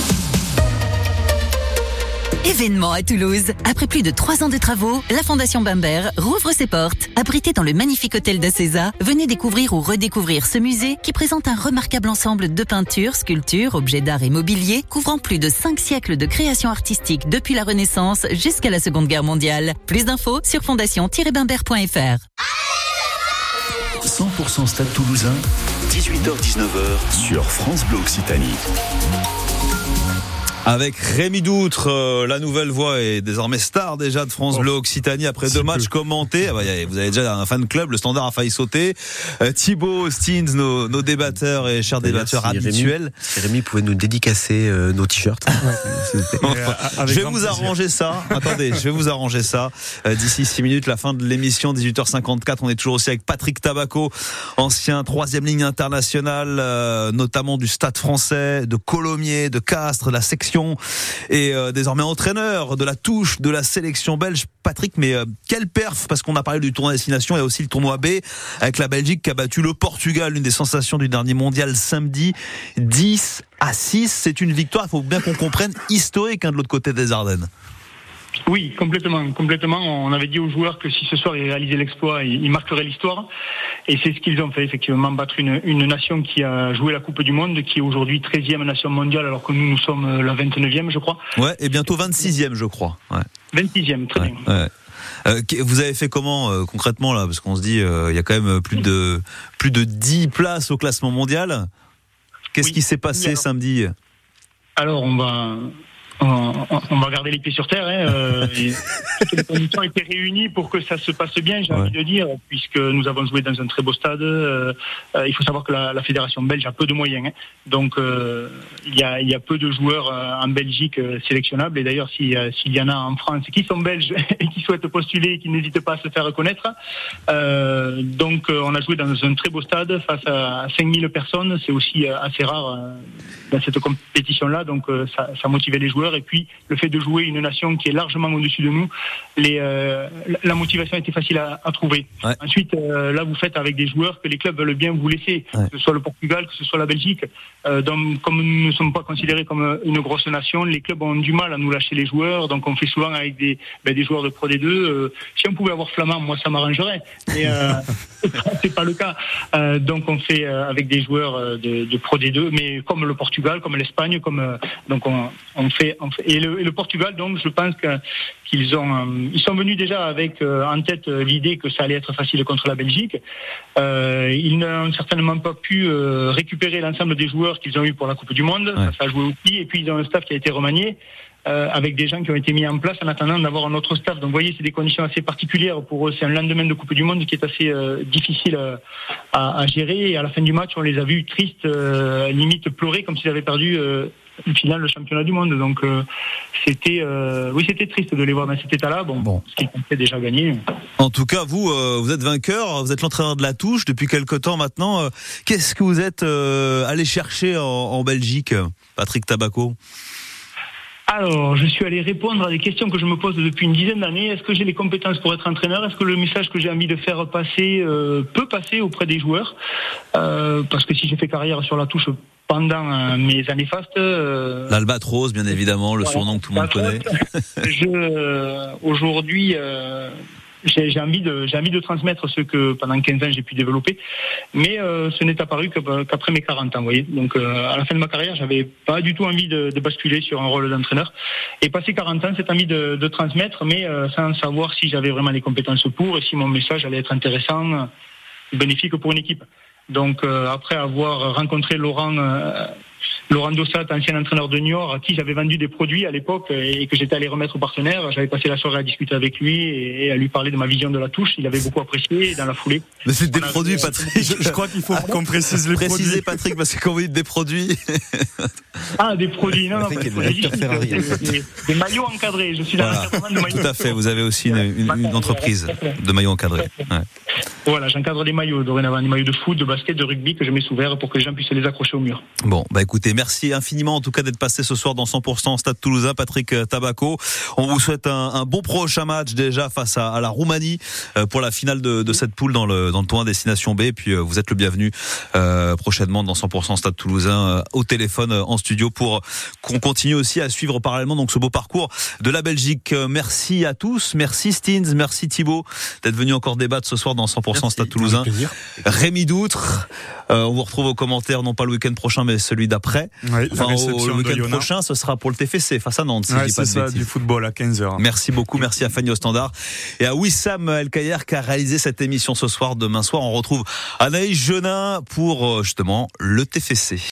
S20: Événement à Toulouse. Après plus de 3 ans de travaux, la Fondation Bimbert rouvre ses portes. Abrité dans le magnifique hôtel d'Acesa, venez découvrir ou redécouvrir ce musée qui présente un remarquable ensemble de peintures, sculptures, objets d'art et mobilier couvrant plus de 5 siècles de création artistique depuis la Renaissance jusqu'à la Seconde Guerre mondiale. Plus d'infos sur fondation-bimbert.fr.
S1: 100% Stade Toulousain, 18h-19h sur France Bleu Occitanie.
S2: Avec Rémi Doutre, la nouvelle voix est désormais star déjà de France Bleu Occitanie après 2 matchs commentés. Vous avez déjà un fan club, le Standard a failli sauter. Thibaut, Steens, nos débatteurs et chers débatteurs habituels.
S4: Rémi pouvait nous dédicacer nos t-shirts.
S2: Je vais vous arranger ça. Attendez, je vais vous arranger ça. D'ici 6 minutes, la fin de l'émission, 18h54. On est toujours aussi avec Patrick Tabaco, ancien 3e ligne internationale, notamment du Stade Français, de Colomiers, de Castres, de la section et désormais entraîneur de la touche de la sélection belge. Patrick, mais quelle perf, parce qu'on a parlé du tournoi destination et aussi le tournoi B avec la Belgique qui a battu le Portugal, l'une des sensations du dernier mondial samedi, 10-6. C'est une victoire, il faut bien qu'on comprenne, historique de l'autre côté des Ardennes.
S16: Oui, complètement. On avait dit aux joueurs que si ce soir ils réalisaient l'exploit, ils marqueraient l'histoire. Et c'est ce qu'ils ont fait, effectivement, battre une nation qui a joué la Coupe du Monde, qui est aujourd'hui 13e nation mondiale, alors que nous sommes la 29e, je crois.
S2: Ouais, et bientôt 26e, je crois. Ouais.
S16: 26e, très bien.
S2: Ouais. Vous avez fait comment concrètement là, parce qu'on se dit il y a quand même plus de 10 places au classement mondial. Qu'est-ce qui s'est passé samedi ?
S16: Alors on va garder les pieds sur terre. Toutes les conditions étaient réunies pour que ça se passe bien, j'ai envie de dire, puisque nous avons joué dans un très beau stade. Il faut savoir que la fédération belge a peu de moyens. Donc il y a peu de joueurs en Belgique sélectionnables. Et d'ailleurs, s'il y en a en France qui sont belges et qui souhaitent postuler et qui n'hésitent pas à se faire reconnaître. Donc on a joué dans un très beau stade face à 5000 personnes. C'est aussi assez rare dans cette compétition-là. Donc ça motivait les joueurs. Et puis le fait de jouer une nation qui est largement au-dessus de nous, la motivation était facile à trouver. Ouais. Ensuite, là vous faites avec des joueurs que les clubs veulent bien vous laisser, que ce soit le Portugal, que ce soit la Belgique. Donc, comme nous ne sommes pas considérés comme une grosse nation, les clubs ont du mal à nous lâcher les joueurs. Donc on fait souvent avec des joueurs de Pro D2. Si on pouvait avoir Flamand, moi ça m'arrangerait. Mais c'est pas le cas. Donc on fait avec des joueurs de Pro D2, mais comme le Portugal, comme l'Espagne, donc on fait. Et le Portugal, donc je pense qu'ils sont venus déjà avec en tête l'idée que ça allait être facile contre la Belgique. Ils n'ont certainement pas pu récupérer l'ensemble des joueurs qu'ils ont eu pour la Coupe du Monde. Ouais. Ça a joué aussi. Et puis ils ont un staff qui a été remanié avec des gens qui ont été mis en place en attendant d'avoir un autre staff. Donc vous voyez, c'est des conditions assez particulières pour eux. C'est un lendemain de Coupe du Monde qui est assez difficile à gérer. Et à la fin du match, on les a vus tristes, limite pleurer comme s'ils avaient perdu une finale de championnat du monde. Donc c'était triste de les voir dans cet état-là. Bon. Ce qui comptait déjà gagner.
S2: En tout cas, vous êtes vainqueur, vous êtes l'entraîneur de la touche depuis quelque temps maintenant. Qu'est-ce que vous êtes allé chercher en Belgique, Patrick Tabaco ?
S16: Alors, je suis allé répondre à des questions que je me pose depuis une dizaine d'années. Est-ce que j'ai les compétences pour être entraîneur ? Est-ce que le message que j'ai envie de faire passer peut passer auprès des joueurs ? Parce que si j'ai fait carrière sur la touche pendant mes années fastes...
S2: L'Albatros, bien évidemment, le surnom que tout le monde connaît.
S16: Aujourd'hui... J'ai envie de transmettre ce que pendant 15 ans j'ai pu développer, mais ce n'est apparu qu'après mes 40 ans, vous voyez. Donc à la fin de ma carrière, j'avais pas du tout envie de basculer sur un rôle d'entraîneur. Et passé 40 ans, cette envie de transmettre, mais sans savoir si j'avais vraiment les compétences pour et si mon message allait être intéressant, bénéfique pour une équipe. Donc après avoir rencontré Laurent Dossat, ancien entraîneur de Niort, à qui j'avais vendu des produits à l'époque et que j'étais allé remettre au partenaire, j'avais passé la soirée à discuter avec lui et à lui parler de ma vision de la touche. Il avait beaucoup apprécié dans la foulée.
S2: Mais c'est des produits, Patrick.
S3: Je crois qu'il faut qu'on précise les produits.
S2: Précisez, Patrick, parce que quand vous dites des produits...
S16: des produits, non, des maillots encadrés. Je suis dans l'encadrement de maillots.
S2: Tout à fait, vous avez aussi une entreprise de maillots encadrés. Ouais.
S16: Voilà, j'encadre des maillots dorénavant, des maillots de foot, de basket, de rugby que je mets sous verre pour que les gens puissent les accrocher au mur.
S2: Bon, écoutez, écouter. Merci infiniment en tout cas d'être passé ce soir dans 100% Stade Toulousain, Patrick Tabaco. On vous souhaite un bon prochain match déjà face à la Roumanie pour la finale de cette poule dans le tournoi Destination B. Et puis vous êtes le bienvenu prochainement dans 100% Stade Toulousain au téléphone en studio pour qu'on continue aussi à suivre parallèlement donc ce beau parcours de la Belgique. Merci à tous, merci Stins, merci Thibaut d'être venu encore débattre ce soir dans 100% Stade Toulousain. Rémi Doutre, on vous retrouve aux commentaires non pas le week-end prochain mais celui d'après.
S3: Oui,
S2: le week-end prochain ce sera pour le TFC face à Nantes si je dis pas de
S3: ça,
S2: bêtises.
S3: Du football à 15h.
S2: Merci beaucoup, merci à Fanny au standard et à Wissam El Kayer qui a réalisé cette émission ce soir. Demain soir on retrouve Anaïs Genin pour justement le TFC.